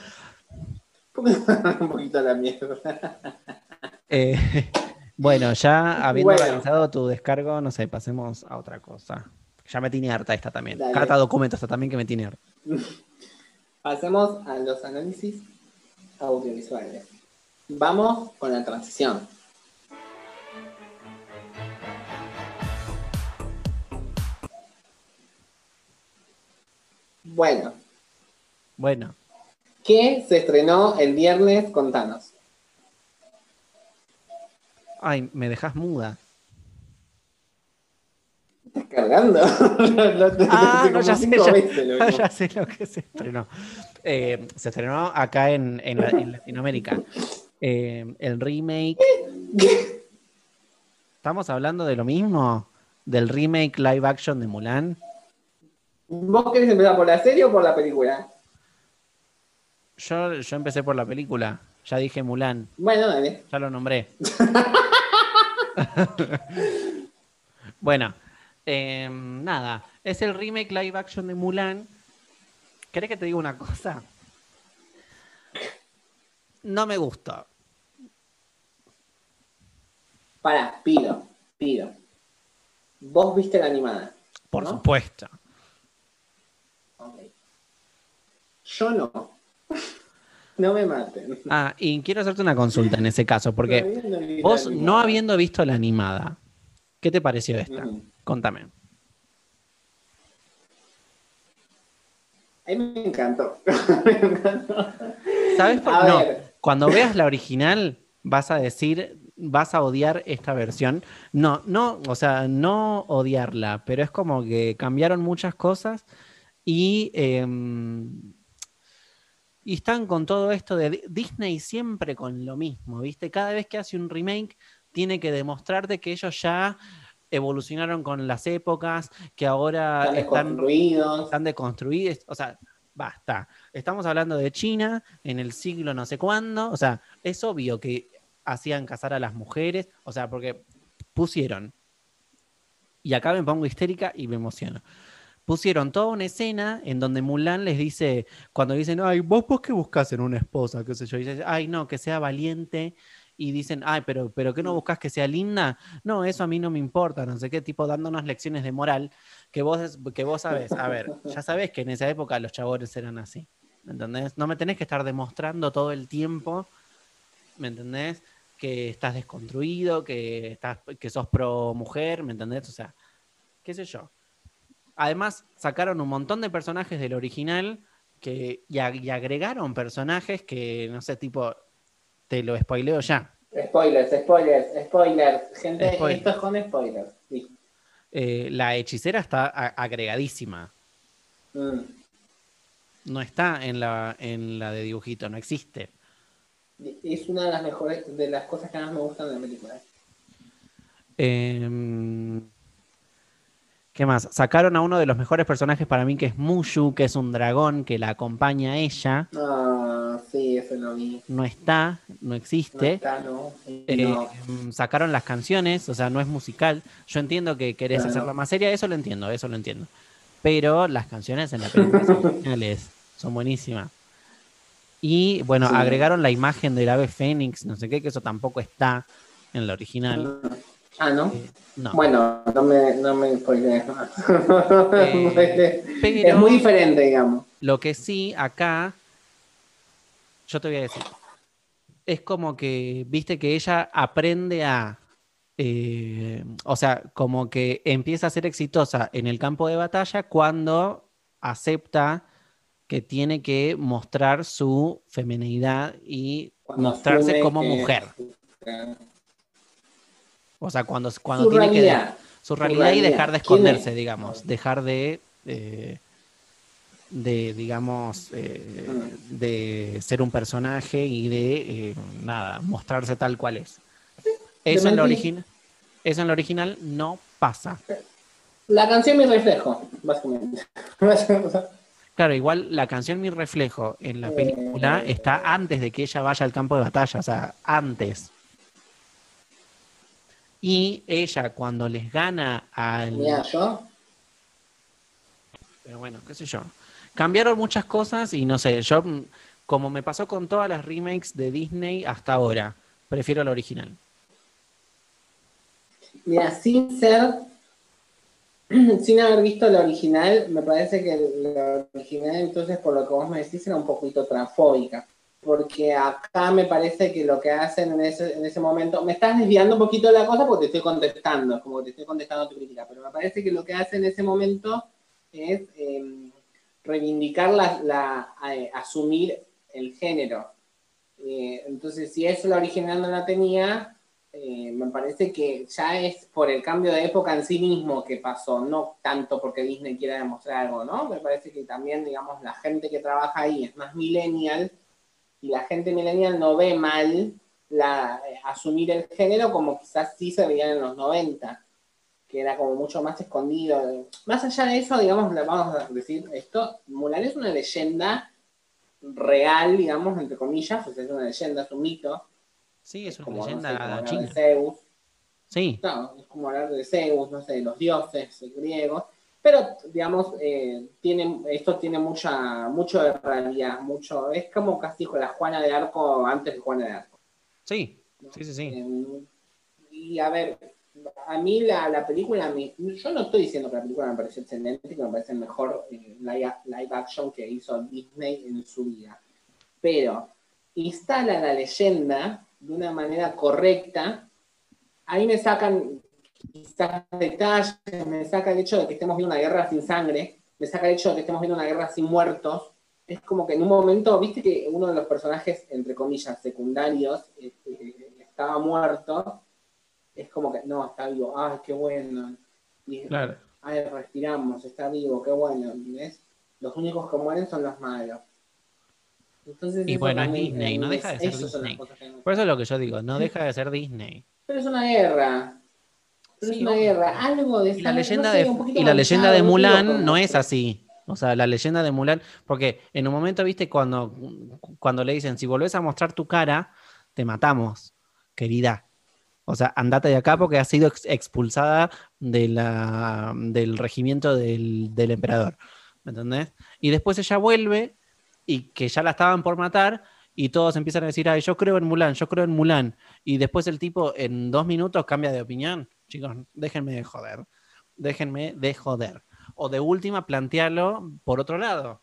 Un poquito a la mierda. Eh, bueno, ya habiendo Bueno. realizado tu descargo, no sé, pasemos a otra cosa. Ya me tiene harta esta también. Dale. Carta documento esta también que me tiene harta. Pasemos a los análisis audiovisuales. Vamos con la transición. Bueno, Bueno, ¿qué se estrenó el viernes? Contanos. ay, me dejas muda. ¿Estás cargando? Lo- lo- Ah, hace no, como ya sé, cinco ya, veces lo mismo. ya sé lo que se estrenó. Eh, se estrenó acá en, en, la- en Latinoamérica. Eh, el remake. ¿Estamos hablando de lo mismo? ¿Del remake live action de Mulan? ¿Vos querés empezar por la serie o por la película? Yo, yo empecé por la película. Ya dije Mulan. Bueno, dale. Ya lo nombré. Bueno, eh, nada. Es el remake live action de Mulan. ¿Querés que te diga una cosa? No me gustó. Pará, pido, pido. ¿Vos viste la animada? Por ¿no? supuesto. Ok. Yo no. No me maten. Ah, y quiero hacerte una consulta en ese caso, porque Todavía no vi la vos, no animada. habiendo visto la animada, ¿qué te pareció esta? Ujú. Contame. A mí me encantó. Me encantó. ¿Sabes por A No, ver. cuando veas la original, vas a decir, vas a odiar esta versión. No, no, o sea, no odiarla, pero es como que cambiaron muchas cosas y, eh, y están con todo esto de Disney siempre con lo mismo, ¿viste? Cada vez que hace un remake, tiene que demostrarte que ellos ya evolucionaron con las épocas, que ahora Están están, desconstruidos. están deconstruidos, o sea, basta. Estamos hablando de China en el siglo no sé cuándo, o sea, es obvio que hacían casar a las mujeres, o sea, porque pusieron, y acá me pongo histérica y me emociono, pusieron toda una escena en donde Mulan les dice, cuando dicen, ay, vos, vos qué buscas en una esposa, qué sé yo, y dice, ay, no, que sea valiente, y dicen, ay, pero, pero ¿qué no buscas que sea linda? No, eso a mí no me importa, no sé qué, tipo dándonos lecciones de moral, que vos, que vos sabés, a ver, ya sabés que en esa época los chabones eran así, ¿me entendés? No me tenés que estar demostrando todo el tiempo, ¿me entendés? Que estás desconstruido, que, estás, que sos pro mujer, ¿me entendés? O sea, qué sé yo. Además, sacaron un montón de personajes del original que, y, a- y agregaron personajes que, no sé, tipo, te lo spoileo ya. Spoilers, spoilers, spoilers. Gente, Spoiler. esto es con spoilers. Sí. Eh, la hechicera está a- agregadísima. Mm. No está en la, en la de dibujito, no existe. Es una de las mejores, de las cosas que más me gustan de la película. Eh, ¿Qué más? Sacaron a uno de los mejores personajes para mí, que es Mushu, que es un dragón que la acompaña a ella. Ah, sí, eso lo vi. No está, no No existe. está, no. Eh, No. Sacaron las canciones, o sea, no es musical. Yo entiendo que querés Claro. hacerla más seria, eso lo entiendo, eso lo entiendo. Pero las canciones en la película son geniales, son buenísimas. Y bueno, Sí. agregaron la imagen del ave fénix, no sé qué, que eso tampoco está en la original. Ah, ¿no? Eh, no. Bueno, no me, no me spoilees más. Eh, pero- Es muy diferente, digamos. Lo que sí, acá, yo te voy a decir, es como que, viste que ella aprende a, eh, o sea, como que empieza a ser exitosa en el campo de batalla cuando acepta que tiene que mostrar su feminidad y Cuando mostrarse asume como que- mujer. eh, O sea, cuando, cuando su tiene que... realidad. de- su realidad y realidad. dejar de ¿Quién esconderse, es? digamos. Dejar de... eh, de, digamos, eh, Mm. de ser un personaje y de, eh, nada, mostrarse tal cual es. De Eso en, la mentir. origin- eso en la original no pasa. La canción Mi Reflejo, básicamente. Claro, igual la canción Mi Reflejo en la película Eh. está antes de que ella vaya al campo de batalla, o sea, antes. Y ella cuando les gana al... Mira, yo. Pero bueno, qué sé yo. Cambiaron muchas cosas y no sé, yo, mm, como me pasó con todas las remakes de Disney hasta ahora, prefiero la original. Mira, sin ser. Sin haber visto la original, me parece que la original, entonces, por lo que vos me decís, era un poquito transfóbica. Porque acá me parece que lo que hacen en ese, en ese momento. Me estás desviando un poquito de la cosa porque te estoy contestando, como que te estoy contestando a tu crítica. Pero me parece que lo que hacen en ese momento es eh, reivindicar la, la eh, asumir el género. Eh, entonces, si eso la original no la tenía, eh, me parece que ya es por el cambio de época en sí mismo que pasó, no tanto porque Disney quiera demostrar algo, ¿no? Me parece que también, digamos, la gente que trabaja ahí es más millennial y la gente millennial no ve mal la, eh, asumir el género como quizás sí se veía en los noventa, que era como mucho más escondido. Más allá de eso, digamos, vamos a decir esto, Mulan es una leyenda real, digamos, entre comillas, o sea, es una leyenda, es un mito. Sí, es una como, leyenda no sé, como hablar china. de Zeus. Sí. Claro, es como hablar de Zeus, no sé, de los dioses griegos. Pero, digamos, eh, tiene, esto tiene mucha, mucho de realidad, mucho, es como casi con la Juana de Arco antes de Juana de Arco. Sí, ¿No? sí, sí, sí. Eh, y a ver, a mí la, la película, me, yo no estoy diciendo que la película me pareció excelente, que me parece el mejor eh, live, live action que hizo Disney en su vida. Pero instala la leyenda de una manera correcta. Ahí me sacan quizás detalles, me saca el hecho de que estemos viendo una guerra sin sangre, me saca el hecho de que estemos viendo una guerra sin muertos. Es como que en un momento, viste que uno de los personajes, entre comillas, secundarios, eh, eh, estaba muerto. Es como que, no, está vivo, ay, qué bueno. Y, Claro. ay, respiramos, está vivo, qué bueno. ¿Ves? Los únicos que mueren son los malos. Entonces, Y eso bueno, es también, Disney, eh, no deja de ser esas son las Disney. cosas que me- Por eso es lo que yo digo, no deja de ser Disney. Pero es una guerra. Pero Sí, es una obvio. guerra. Algo de Y la sangre, leyenda no sé, de, un poquito y la leyenda manchado, de no te digo Mulan como- no es así. O sea, la leyenda de Mulan, porque en un momento, viste, cuando, cuando le dicen, si volvés a mostrar tu cara, te matamos, querida. O sea, andate de acá porque has sido ex- expulsada de la, del regimiento del, del emperador. ¿Me entendés? Y después ella vuelve y que ya la estaban por matar y todos empiezan a decir, ay, yo creo en Mulan, yo creo en Mulan. Y después el tipo en dos minutos cambia de opinión. Chicos, déjenme de joder. Déjenme de joder. O de última, plantearlo por otro lado.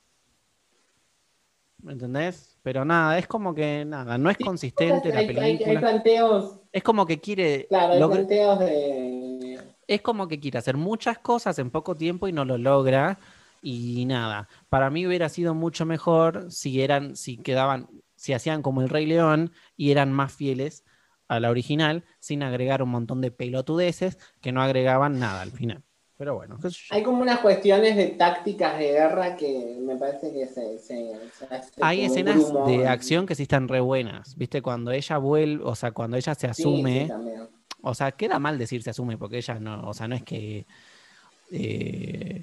¿Me entendés? Pero nada, es como que nada, no es consistente la hay, hay, hay película. planteos, Es como que quiere. claro, hay lo que- planteos de, Es como que quiere hacer muchas cosas en poco tiempo y no lo logra. Y nada, para mí hubiera sido mucho mejor si eran, si quedaban, si hacían como el Rey León y eran más fieles a la original, sin agregar un montón de pelotudeces que no agregaban nada al final. Pero bueno, qué sé yo. Hay como unas cuestiones de tácticas de guerra que me parece que se, se, se hace Hay como un escenas grumo. de acción que sí están re buenas, ¿viste? Cuando ella vuelve, o sea, cuando ella se Sí, asume, sí, también. o sea, queda mal decir se asume, porque ella no, o sea, no es que... eh,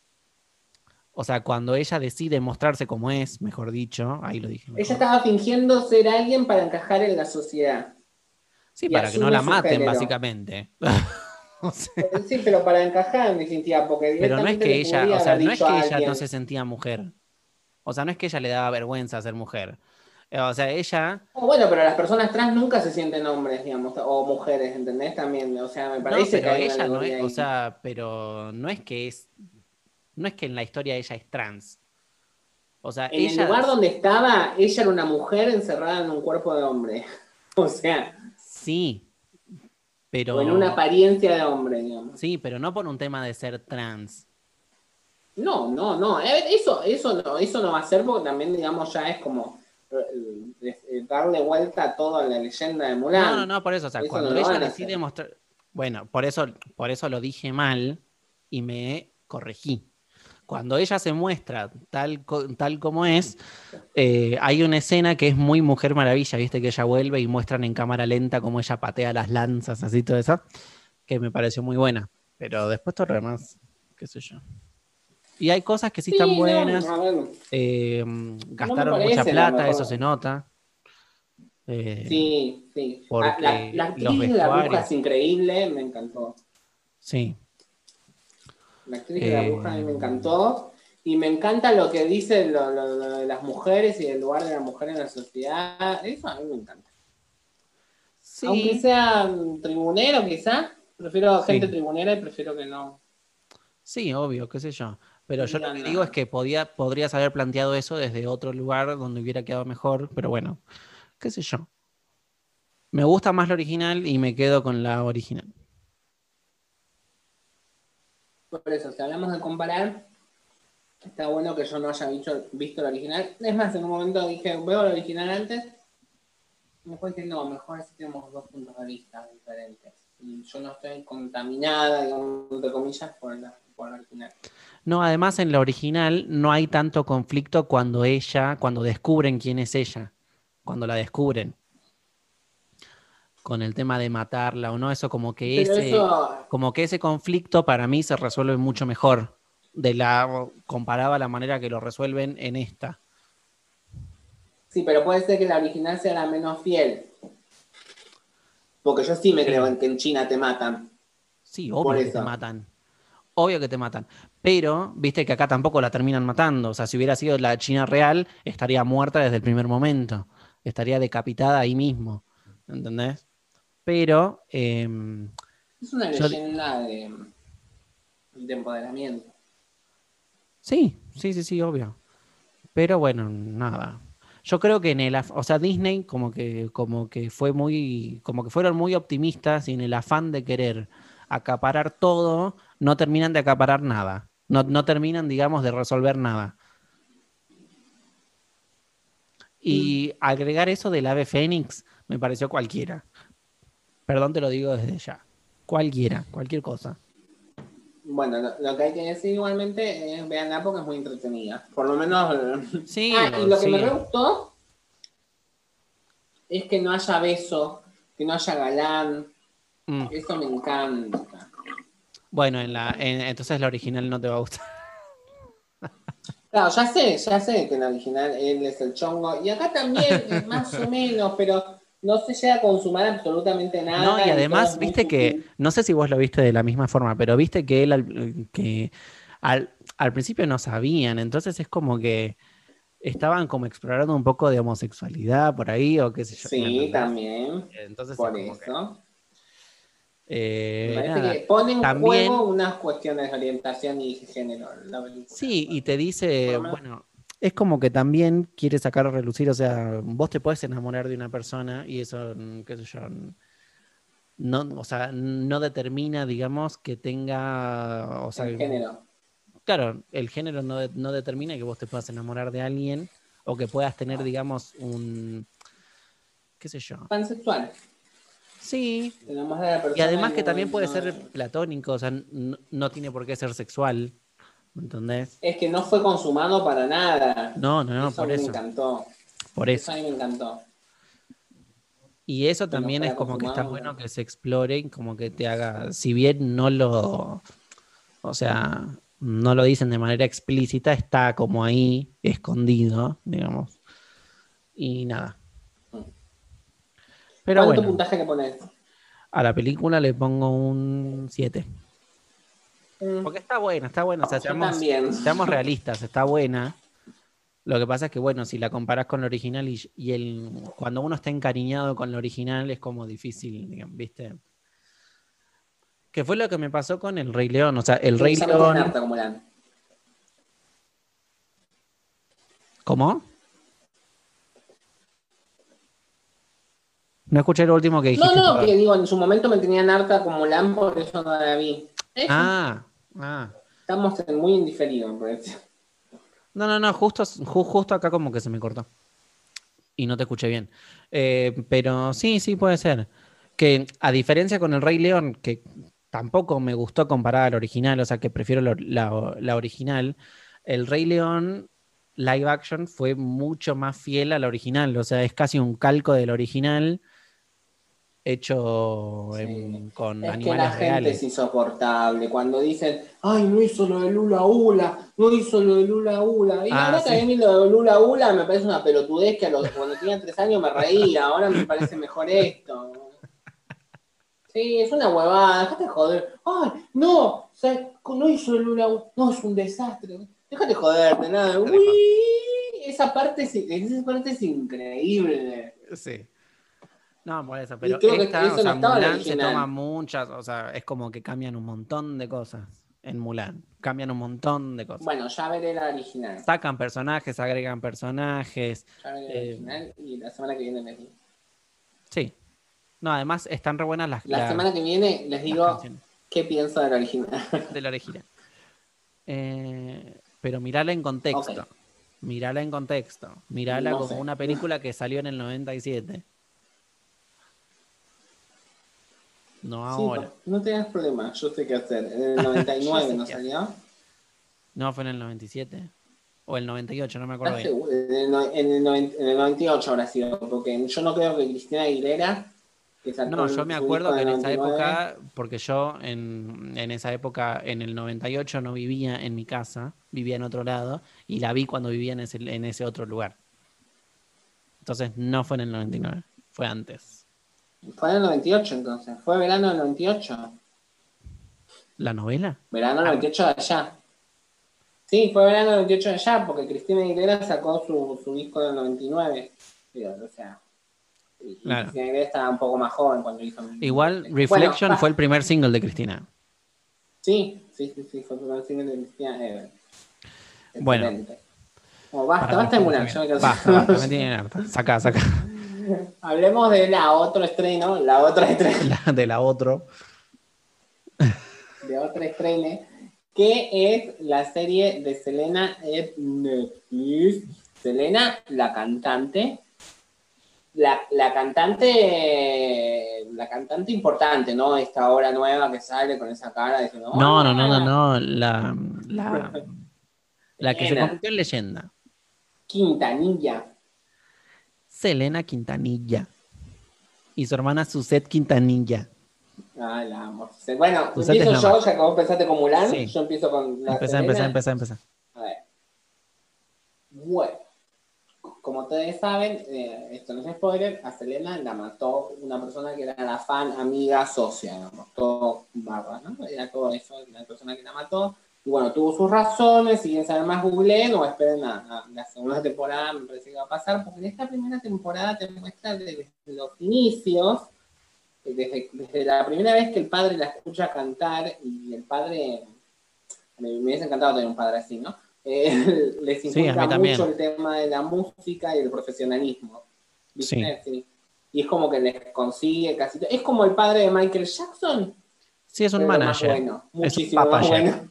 o sea, cuando ella decide mostrarse como es, mejor dicho, ahí lo dije Ella mejor. estaba fingiendo ser alguien para encajar en la sociedad. Sí, Y para que no asume la su maten, género. básicamente. O sea, Sí, pero para encajar en definitiva, porque pero no es directamente que le ella, podría o sea, haber no es dicho que a ella no alguien. se sentía mujer. O sea, no es que ella le daba vergüenza ser mujer. Eh, O sea, ella... Oh, bueno, pero las personas trans nunca se sienten hombres, digamos, o mujeres, ¿entendés? También, o sea, me No, parece que pero hay una ella no es, alegoría o ahí. sea, pero no es que es, no es que en la historia ella es trans. O sea, En el ella lugar donde estaba, ella era una mujer encerrada en un cuerpo de hombre. O sea, sí, o en una pero apariencia de hombre, digamos. sí, pero no por un tema de ser trans. No, no, no. eh, Eso, eso no, eso no va a ser porque también, digamos, ya es como eh, eh, darle vuelta a toda la leyenda de No, no, Mulan. no, por eso, o sea, Eso no cuando lo ella van a decide hacer. mostrar, bueno, por eso, por eso lo dije mal y me corregí. Cuando ella se muestra tal, co- tal como es, eh, hay una escena que es muy Mujer Maravilla, viste que ella vuelve y muestran en cámara lenta cómo ella patea las lanzas, así todo eso, que me pareció muy buena. Pero después todo lo demás, qué sé yo. Y hay cosas que sí están Sí, no, buenas, a ver, eh, no me gastaron mucha parece la plata, eso se mejor. nota, eh, Sí, sí. Ah, la, la porque los actriz de la bruja es vestuarios, increíble, me encantó. sí. La actriz de la bruja a mí eh, me encantó. Y me encanta lo que dice lo, lo- lo de las mujeres y el lugar de la mujer en la sociedad. Eso a mí me encanta. Aunque sí, sea mm, tribunero, quizá. Prefiero gente sí. tribunera y prefiero que no Sí, obvio, qué sé yo. Pero yo lo digan que digo es nada. que podía, podrías haber planteado eso desde otro lugar donde hubiera quedado mejor, pero bueno, qué sé yo. Me gusta más la original y me quedo con la original. Por eso, si hablamos de comparar, está bueno que yo no haya visto, visto la original. Es más, en un momento dije, veo la original antes. Y después dije, no, mejor así tenemos dos puntos de vista diferentes. Y yo no estoy contaminada, digamos, entre comillas, por la, por la original. No, además en la original no hay tanto conflicto cuando ella, cuando descubren quién es ella, cuando la descubren, con el tema de matarla o no, eso como que Pero ese, eso, como que ese conflicto para mí se resuelve mucho mejor de la comparado a la manera que lo resuelven en esta. sí, pero puede ser que la original sea la menos fiel. Porque yo sí me creo Sí, en que en China te matan. sí, Por obvio que te eso. matan. Obvio que te matan. Pero, viste que acá tampoco la terminan matando. O sea, si hubiera sido la China real, estaría muerta desde el primer momento. Estaría decapitada ahí mismo. ¿Entendés? Pero, eh, Es una yo, leyenda de, de empoderamiento. sí, sí, sí, sí, obvio. Pero bueno, nada. Yo creo que en el, af- o sea, Disney como que, como que fue muy, como que fueron muy optimistas y en el afán de querer acaparar todo, no terminan de acaparar nada. No, no terminan, digamos, de resolver nada. Y agregar eso del ave fénix me pareció cualquiera. Perdón, te lo digo desde ya. Cualquiera, cualquier cosa. Bueno, lo, lo que hay que decir igualmente es veanla porque es muy entretenida. Por lo menos. Sí, Ah, y o- lo que me sí. re gustó es que no haya beso, que no haya galán. Mm. Eso me encanta. Bueno, en la, en- entonces la original no te va a gustar. Claro, ya sé, ya sé que en la original él es el chongo. Y acá también, eh, más o menos, pero no se llega a consumar absolutamente No, y nada y todo además, es muy viste que, sutil. no sé si vos lo viste de la misma forma, pero viste que él al, que al, al principio no sabían, entonces es como que estaban como explorando un poco de homosexualidad por ahí o qué sé yo, ¿me Sí, entendés? también. Entonces es Por como que, eso. Me eh, parece nada, que pone en juego también, unas cuestiones de orientación y género la película. sí, y te Por dice, lo menos. bueno, es como que también quiere sacar a relucir, o sea, vos te puedes enamorar de una persona y eso, mm, qué sé yo, mm, no, o sea, no determina, digamos, que tenga, o sea, El género. claro, el género no, de- no determina que vos te puedas enamorar de alguien o que puedas tener, digamos, un, qué sé yo. Pansexual. Sí, Te enamoras de la y persona además y que no- también puede no- ser platónico, o sea, no, no tiene por qué ser sexual, ¿me entendés? Es que no fue consumado para nada. No, no, no, Eso a por mí me eso, encantó. por Eso eso. a mí me encantó. Y eso Que no también es fuera como que está consumado. bueno que se explore y como que te haga, si bien no lo, o sea, no lo dicen de manera explícita, está como ahí, escondido, digamos. Y nada. Pero ¿Cuánto bueno, puntaje le pones? a la película le pongo un siete. Mm, Porque está buena, está buena. O sea, Yo seamos, también. seamos realistas, está buena. Lo que pasa es que, bueno, si la comparás con la original y, y el, cuando uno está encariñado con la original es como difícil, digamos, ¿viste? Que fue lo que me pasó con el Rey León. O sea, el Sí, Rey ya me tienen León. harta como la. ¿Cómo? No escuché lo último que No, dijiste, no, perdón. que digo, en su momento me tenían harta como Mulan, por eso no la vi. Eso. Ah, ah. Estamos en muy indiferido, me parece. No, no, no, justo, ju- justo acá como que se me cortó. Y no te escuché bien. Eh, pero sí, sí puede ser. Que a diferencia con el Rey León, que tampoco me gustó comparar al original, o sea que prefiero lo- la, la original, el Rey León live action fue mucho más fiel al original, o sea, es casi un calco del original hecho Sí. en- con Es que la animales gente es reales. insoportable. Cuando dicen, ay, no hizo lo de Lula Ula, no hizo lo de Lula Ula. Y la Ah, verdad que a sí. mí lo de Lula Ula me parece una pelotudez que a los, cuando tenía tres años me reía. Ahora me parece mejor esto. Sí, es una huevada, déjate joder. Ay, no, o sea, no hizo el Lula Ula. No, es un desastre. Déjate joderte, nada. Uy, esa parte es, esa parte es increíble. Sí. No, por eso, Y pero creo que esta, o eso no sea, estaba en la Mulan se toma original. muchas, o sea, es como que cambian un montón de cosas en Mulan. Cambian un montón de cosas. Bueno, ya veré la original. Sacan personajes, agregan personajes. Ya veré la eh, original y la semana que viene les digo. sí. No, además están re buenas las, La las- semana que viene les las digo canciones qué pienso de la original. de la original. Eh, pero mirala en contexto. Ok. Mirala en contexto. Mirala No como sé. una película que salió en el noventa y siete. No Sí, ahora. no tengas problema, yo sé qué hacer. En el noventa y Yo nueve sé no qué salió. No, fue en el noventa y siete. O el noventa y ocho, no me acuerdo ¿Estás bien. seguro? En el, no- en, el noventa en el noventa y ocho habrá sido, porque yo no creo que Cristina Aguilera, que sacó No, yo me su disco acuerdo en que el en esa noventa y nueve, época, porque yo en, en esa época, en el noventa y ocho, no vivía en mi casa, vivía en otro lado, y la vi cuando vivía en ese, en ese otro lugar. Entonces no fue en el noventa y nueve, fue antes. fue en el noventa y ocho entonces, fue verano del noventa y ocho. ¿La novela? Verano del Ah, noventa y ocho de allá. Sí, fue verano del noventa y ocho de allá, porque Cristina Aguilera sacó su, su disco en el noventa y nueve. Digo, o sea, y, y claro. Cristina Aguilera estaba un poco más joven cuando hizo. Igual, Bueno, Reflection pa- fue el primer single de Cristina. Sí, sí, sí, sí, fue el primer single de Cristina Ever. Bueno. Excelente. Como basta, Para basta de los que Mulan. no Yo me sabían. canso. Basta, basta, me tienen harta. Sacá, sacá. Hablemos de la otro estreno, la otra estreno, La, de la otro. de otra estreno, que es la serie de Selena en Netflix. Selena, la cantante. La, la cantante, la cantante importante, ¿no? Esta obra nueva que sale con esa cara diciendo, No, no, no, no, ¡ah! no. La, la, la que se Selena, convirtió en leyenda. Quintanilla. Selena Quintanilla. Y su hermana Suzette Quintanilla. Ay, la amo. Bueno, Suzette es empiezo la yo, más. ya que vos empezaste con Mulan, Sí. yo empiezo con la Empezá, Selena. empezá, empezá, empezá. A ver. Bueno, como ustedes saben, eh, esto no es spoiler, a Selena la mató una persona que era la fan, amiga, socia, digamos, todo barra, ¿no? Era todo eso, la persona que la mató. Y bueno, tuvo sus razones, si quieren saber más, googleen o esperen a, a la segunda temporada, me parece que va a pasar, porque en esta primera temporada te muestra desde los inicios, desde, desde la primera vez que el padre la escucha cantar, y el padre, me, me hubiese encantado tener un padre así, ¿no? Eh, les Sí, a inculca mí también. mucho el tema de la música y el profesionalismo. ¿Viste? Sí. Sí. y es como que les consigue casi todo. Es como el padre de Michael Jackson. Sí, es un pero más manager. bueno, Es un muchísimo más papayer. bueno.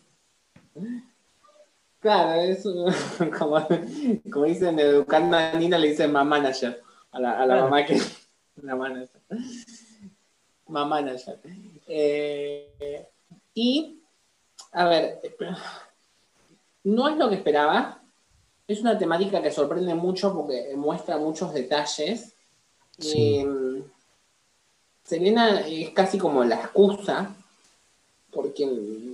Claro, es un- como, como dicen educando a Nina, le dicen mamá manager a la, a la Claro. mamá que la manager. Mamá manager. Eh, y, a ver, no es lo que esperaba. Es una temática que sorprende mucho porque muestra muchos detalles. Sí. Eh, Selena es casi como la excusa, porque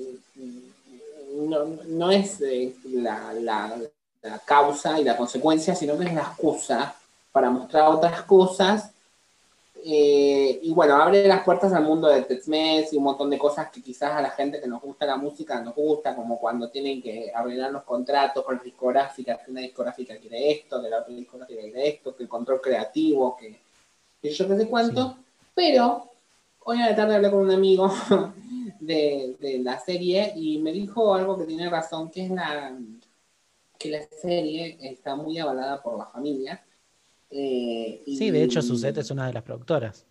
no, no es eh, la, la, la causa y la consecuencia, sino que es la excusa para mostrar otras cosas. Eh, y bueno, abre las puertas al mundo de Tex-Mex y un montón de cosas que quizás a la gente que nos gusta la música nos gusta, como cuando tienen que arreglar los contratos con las discográficas, que una discográfica quiere esto, que la otra discográfica quiere esto, que el control creativo, que, que yo qué sé cuánto. Sí. Pero hoy a la tarde hablé con un amigo de, de la serie y me dijo algo que tiene razón, que es la, que la serie está muy avalada por la familia. Eh, Sí, de hecho, y Suzette es una de las productoras.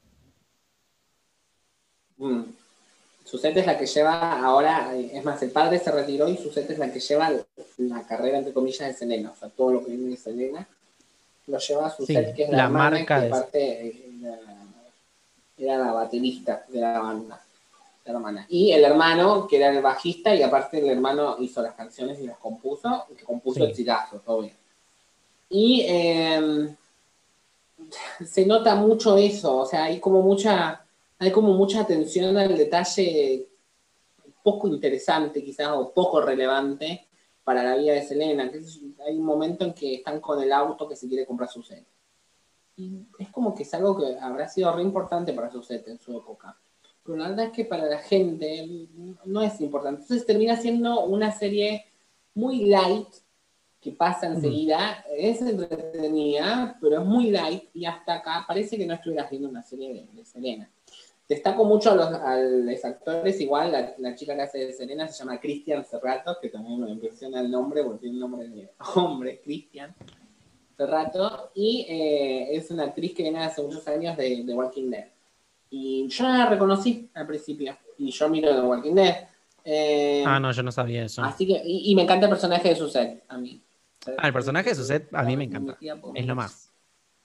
mm, Suzette es la que lleva ahora, eh, es más, el padre se retiró y Suzette es la que lleva la carrera, entre comillas, de Selena. O sea, todo lo que viene de Selena lo lleva Suzette, Sí, que es la la hermana, marca que de... aparte eh, era, era la baterista de la banda. La hermana. Y el hermano, que era el bajista, y aparte el hermano hizo las canciones y las compuso, que compuso Sí, exitazos, obvio. Y eh, se nota mucho eso, o sea, hay como mucha, hay como mucha atención al detalle poco interesante quizás o poco relevante para la vida de Selena, que es, hay un momento en que están con el auto que se quiere comprar Suzette. Y es como que es algo que habrá sido re importante para Suzette en su época. Pero la verdad es que para la gente no es importante. Entonces termina siendo una serie muy light, que pasa mm, enseguida, es entretenida, pero es muy light y hasta acá parece que no estuvieras viendo una serie de, de Selena. Destaco mucho a los, a los actores, igual la, la chica que hace de Selena se llama Cristian Serrato, que también me impresiona el nombre porque tiene un nombre de hombre, Cristian Serrato, y eh, es una actriz que viene hace muchos años de, de Walking Dead. Y yo no la reconocí al principio, y yo miro The Walking Dead. Ah, Eh, no, yo no sabía eso. así que, y, y me encanta el personaje de Suzette, a mí. Ah, el personaje de Suzette a La mí me encanta. metida por Es lo mucho. más.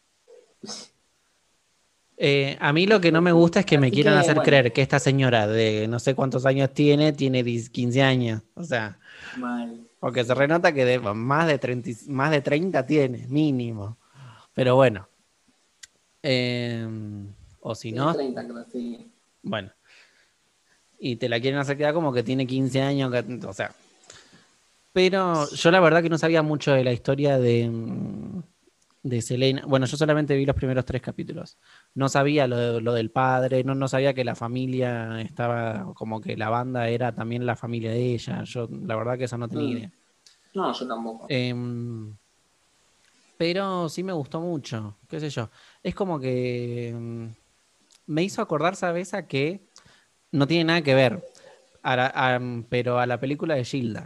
Eh, a mí lo que no me gusta es que me Así quieran que, hacer bueno, creer que esta señora de no sé cuántos años tiene, tiene quince años. O sea, mal. porque se Sí. renota que de más de treinta, y- más de treinta tiene, mínimo. Pero bueno. Eh, o si Tiene no, treinta, creo, sí. bueno. Y te la quieren hacer quedar como que tiene quince años, que- o sea. Pero yo la verdad que no sabía mucho de la historia de, mm, de Selena. Bueno, yo solamente vi los primeros tres capítulos. No sabía lo, de- lo del padre, no, no sabía que la familia estaba, como que la banda era también la familia de ella. Yo la verdad que eso no tenía Mm. idea. No, yo tampoco. Em, pero sí me gustó mucho, qué sé yo. Es como que em, me hizo acordar, ¿sabes? A que no tiene nada que ver, a la- a- pero a la película de Gilda.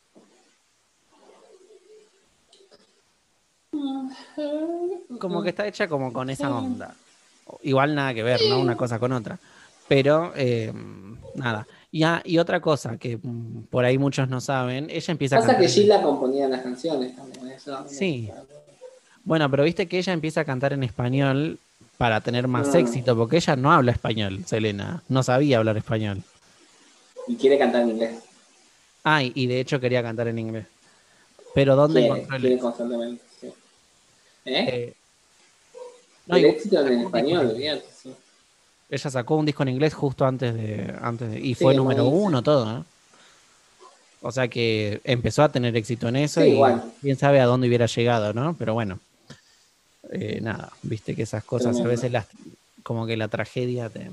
Como que está hecha como con esa Sí. onda. Igual nada que ver, ¿no? Una cosa con otra. Pero eh, nada. Y, ah, y otra cosa que mm, por ahí muchos no saben, ella empieza a Pasa cantar que en... Gilda componía las canciones también. Eso, Sí. Bueno, pero viste que ella empieza a cantar en español para tener más mm. éxito, porque ella no habla español, Selena. No sabía hablar español. Y quiere cantar en inglés. Ah, y, y de hecho quería cantar en inglés. Pero ¿dónde Quiere, encontró el quiere éxito? constantemente. Sí. ¿Eh? Eh, no, El igual éxito en sacó un disco en español, inglés. olvídate, sí. Ella sacó un disco en inglés justo antes de, antes de, y Sí, fue es número buenísimo. uno todo, ¿eh? O sea que empezó a tener éxito en eso Sí, y igual. quién sabe a dónde hubiera llegado, ¿no? Pero bueno, eh, nada, viste que esas cosas a Tremendo. veces las, como que la tragedia te...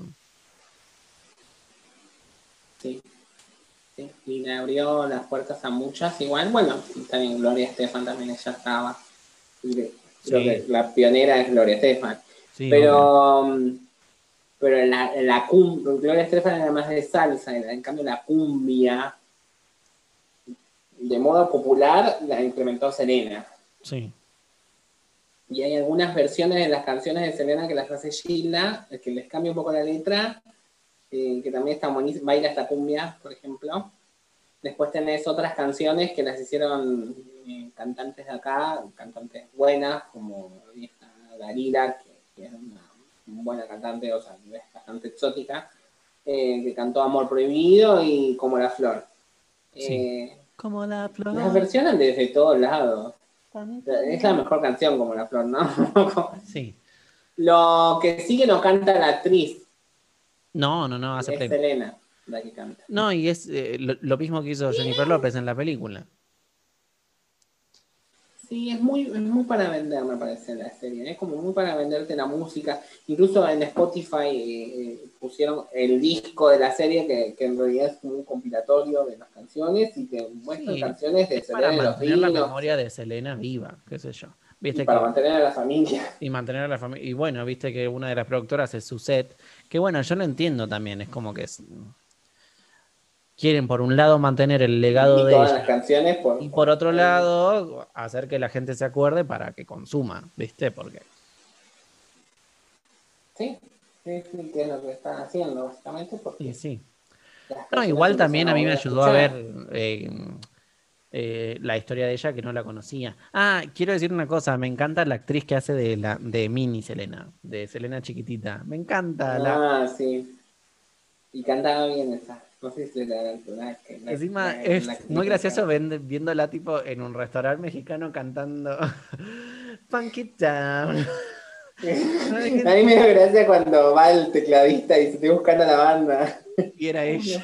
Sí. Sí. Y le abrió las puertas a muchas. Igual, bueno, también Gloria Estefan también ella estaba. Creo que Sí, la pionera es Gloria Estefan. sí, obvio. Pero, mm, pero la, la cumbia, Gloria Estefan era más de salsa, en cambio la cumbia de modo popular la implementó Selena. Sí. Y hay algunas versiones de las canciones de Selena que las hace Gilda, que les cambia un poco la letra, eh, que también está buenísima. Baila esta cumbia, por ejemplo. Después tenés otras canciones que las hicieron eh, cantantes de acá, cantantes buenas, como esta Dalila, que, que es una buena cantante, o sea, es bastante exótica, eh, que cantó Amor Prohibido y Como la Flor. Sí. Eh, Como la flor. las versionan desde todos lados. Es la mejor canción, Como la Flor, ¿no? Sí. Lo que sí que no canta la actriz No, no, no, es hace play. Selena, la que canta. No, y es eh, lo, lo mismo que hizo Jennifer López en la película. Sí, es muy, es muy para vender, me parece, la serie. Es como muy para venderte la música. Incluso en Spotify eh, eh, pusieron el disco de la serie, que, que en realidad es como un compilatorio de las canciones y que muestran Sí, canciones de es para Selena y los mantener la Dinos memoria de Selena viva, qué sé yo. y Viste para que, mantener a la familia. y mantener a la familia. Y bueno, viste que una de las productoras es Suzette, que bueno, yo lo entiendo también, es como que es- quieren por un lado mantener el legado Y de todas las ella canciones por... y por otro lado hacer que la gente se acuerde para que consuma, ¿viste? Porque Sí, sí, sí, que es lo que están haciendo, básicamente, porque sí, sí. las No, personas igual empiezan también a mí me volver ayudó a ver escuchar. eh, eh, la historia de ella que no la conocía. Ah, quiero decir una cosa, me encanta la actriz que hace de la de Mini Selena, de Selena chiquitita. Me encanta la Ah, sí. Y cantaba bien esa. No sé si la, la, la, encima la, la es muy actriz gracioso esa. ven- viéndola tipo en un restaurante mexicano cantando Funk It Down. A mí me da gracia cuando va el tecladista y se estoy buscando a la banda. Y era ella.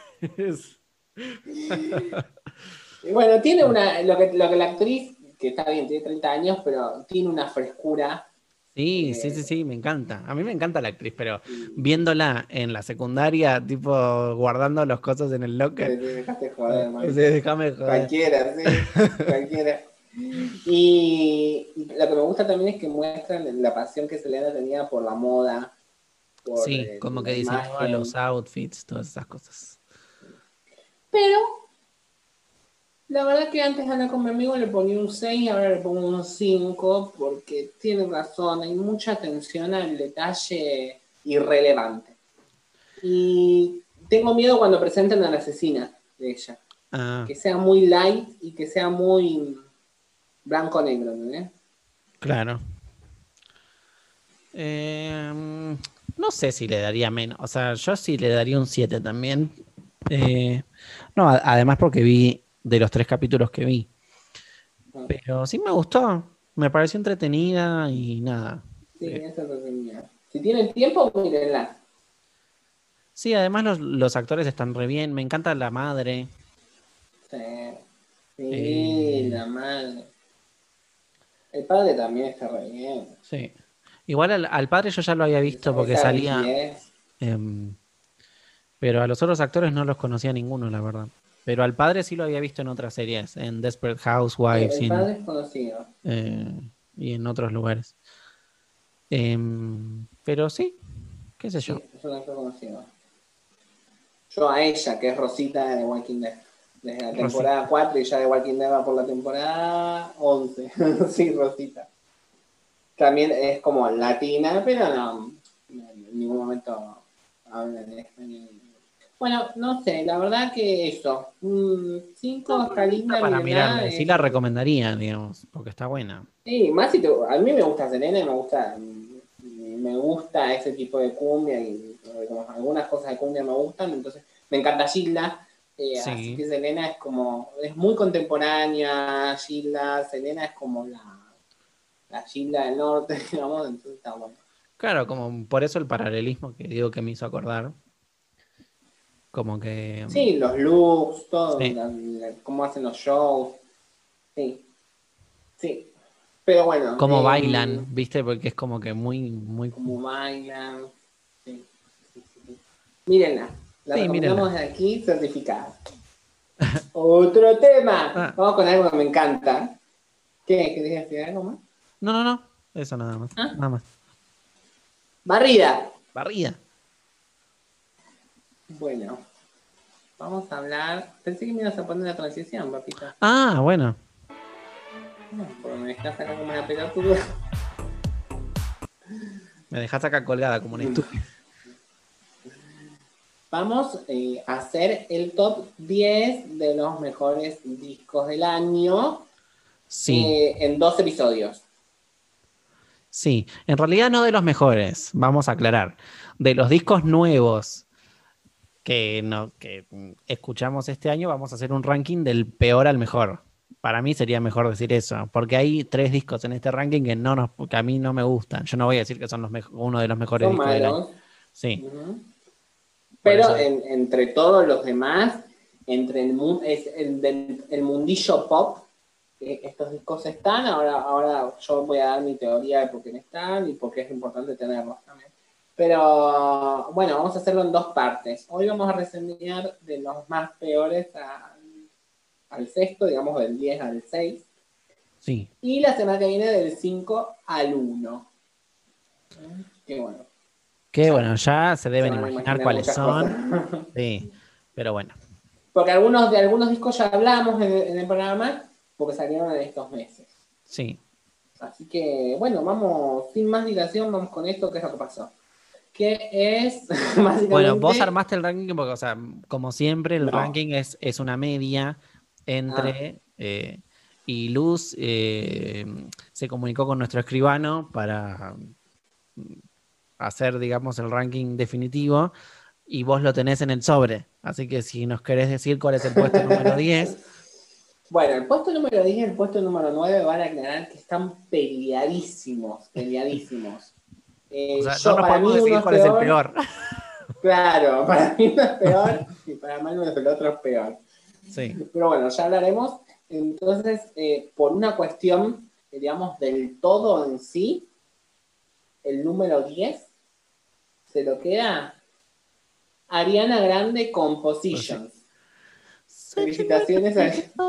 Y bueno, tiene una, lo que, lo que la actriz, que está bien, tiene treinta años, pero tiene una frescura. Sí, sí, sí, Eh, sí, me encanta. A mí me encanta la actriz, pero y viéndola en la secundaria, tipo guardando las cosas en el locker, te, te dejaste eh, joder, o man. sea, déjame joder. Cualquiera, sí, cualquiera. Y, y lo que me gusta también es que muestran la pasión que Selena tenía por la moda, por Sí, eh, como que la diseñaba los imagen. outfits, todas esas cosas. Pero la verdad que antes de hablar con mi amigo le ponía un seis, ahora le pongo un cinco, porque tiene razón, hay mucha atención al detalle irrelevante. Y tengo miedo cuando presenten a la asesina de ella, Ah, que sea muy light y que sea muy blanco-negro, ¿entendés? claro. Em, no sé si le daría menos. O sea, yo sí le daría un siete también. Eh, no, a- además porque vi de los tres capítulos que vi. Pero sí me gustó. Me pareció entretenida y nada. Sí, Eh, eso es lo que mira. Si tienen tiempo, mírenla. sí, además los, los actores están re bien. Me encanta la madre. Sí, sí, Eh, la madre. El padre también está re bien. sí. Igual al, al padre yo ya lo había visto Esa, porque esa salía. rigidez. em, pero a los otros actores no los conocía ninguno, la verdad. Pero al padre sí lo había visto en otras series, en Desperate Sí, Housewives y el en, padre es conocido. eh, y en otros lugares. Em, pero sí, qué sé yo. Sí, es un actor conocido. Yo a ella, que es Rosita de Walking Dead. Desde la temporada Rosita. cuatro y ya de Walking Dead va por la temporada once. Sí, Rosita. También es como latina, pero no, en ningún momento habla de español. Bueno, no sé, la verdad que eso. Un No, cinco por está mí está linda, para mírenla. mirarla. Sí Es, la recomendaría, digamos, porque está buena. sí, más si te, a mí me gusta Selena y me gusta, me gusta ese tipo de cumbia y como algunas cosas de cumbia me gustan, entonces me encanta Gilda, eh, así Sí. que Selena es como, es muy contemporánea, Gilda, Selena es como la, la Gilda del norte, digamos, entonces está bueno. Claro, como por eso el paralelismo que digo que me hizo acordar. Como que. mm, Sí, los looks, todo, Sí. la- la- cómo hacen los shows, sí, sí. Pero bueno, Cómo eh, bailan, ¿viste? Porque es como que muy, muy. como bailan, sí, sí, sí, sí. Mírenla, la Sí, mírenla. recomendamos desde aquí, certificada. Otro tema, Ah, vamos con algo que me encanta. ¿Qué? ¿Querés decir algo más? no, no, no. Eso nada más. ¿Ah? Nada más. Barrida. Barrida. Bueno, vamos a hablar. Pensé que me ibas a poner la transición, papita. Ah, bueno. No, porque me dejas acá como una pelotuda. Me dejás acá colgada como un estúpido. Vamos eh, a hacer el top diez de los mejores discos del año Sí, eh, en dos episodios. sí. En realidad no de los mejores, vamos a aclarar. De los discos nuevos que, no, que mm, escuchamos este año, vamos a hacer un ranking del peor al mejor. Para mí sería mejor decir eso, porque hay tres discos en este ranking que, no nos, que a mí no me gustan. Yo no voy a decir que son los mejo- uno de los mejores Son discos del año. malos. Sí, Ujú. por Pero eso. en- entre todos los demás, entre el, mu- es el, del- el mundillo pop, eh, estos discos están. Ahora, ahora yo voy a dar mi teoría de por qué no están y por qué es importante tenerlos también. Pero bueno, vamos a hacerlo en dos partes. Hoy vamos a reseñar de los más peores al, al sexto, digamos del diez al seis. Sí. Y la semana que viene del cinco al uno. Qué bueno. Que bueno, ya se deben Se van a imaginar imaginar cuáles muchas son. cosas. Sí, pero bueno. Porque algunos de algunos discos ya hablamos en, en el programa, porque salieron en estos meses. Sí. Así que, bueno, vamos, sin más dilación, vamos con esto, ¿qué es lo que pasó? Que es, básicamente... Bueno, vos armaste el ranking porque, o sea, como siempre, el No. ranking es, es una media entre... eh, y Luz eh, se comunicó con nuestro escribano para mm, hacer, digamos, el ranking definitivo y vos lo tenés en el sobre. Así que si nos querés decir cuál es el puesto número diez... Bueno, el puesto número diez y el puesto número nueve van a aclarar que están peleadísimos, peleadísimos. Eh, O sea, yo, no nos para podemos mí decidir uno cuál es el peor. Claro, para mí uno es peor y para Manu el otro es peor. Sí. Pero bueno, ya hablaremos. Entonces, eh, por una cuestión, eh, digamos, del todo en sí, el número diez se lo queda Ariana Grande Compositions. Felicitaciones a...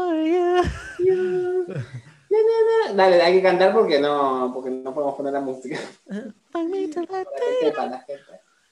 Dale, hay que cantar porque no, porque no podemos poner la música. Para que sepa la gente.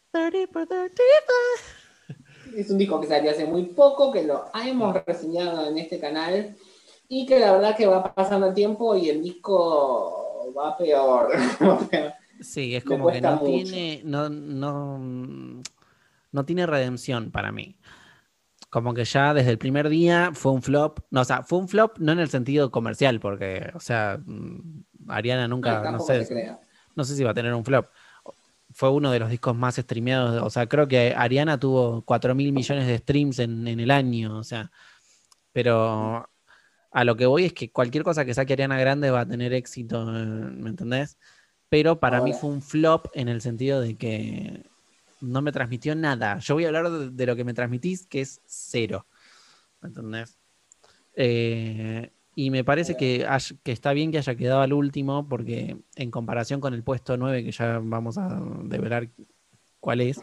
Es un disco que salió hace muy poco, que lo hemos reseñado en este canal y que la verdad que va pasando el tiempo y el disco va peor. Sí, es Me como que cuesta no mucho. tiene, no, no, no tiene redención para mí. Como que ya desde el primer día fue un flop. No, o sea, fue un flop no en el sentido comercial, porque, o sea, mm, Ariana Ah, nunca, no tampoco te sé, creo. no sé si va a tener un flop. Fue uno de los discos más streameados. O sea, creo que Ariana tuvo cuatro mil millones de streams en, en el año. O sea, pero a lo que voy es que cualquier cosa que saque Ariana Grande va a tener éxito, eh, ¿me entendés? Pero para mí Ahora, fue un flop en el sentido de que no me transmitió nada. Yo voy a hablar de, de lo que me transmitís, que es cero. ¿Me entendés? Eh, y me parece que, hay- que está bien que haya quedado al último, porque en comparación con el puesto nueve, que ya vamos a develar cuál es,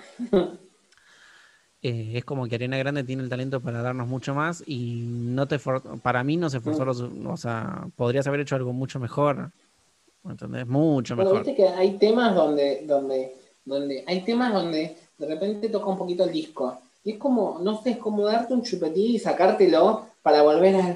eh, es como que Ariana Grande tiene el talento para darnos mucho más y no te for- para mí no se esforzó, lo su- o sea, podrías haber hecho algo mucho mejor, ¿me entendés? Mucho bueno, mejor. viste que hay temas donde, donde, donde, hay temas donde de repente toca un poquito el disco. Y es como, no sé, es como darte un chupetín y sacártelo para volver a...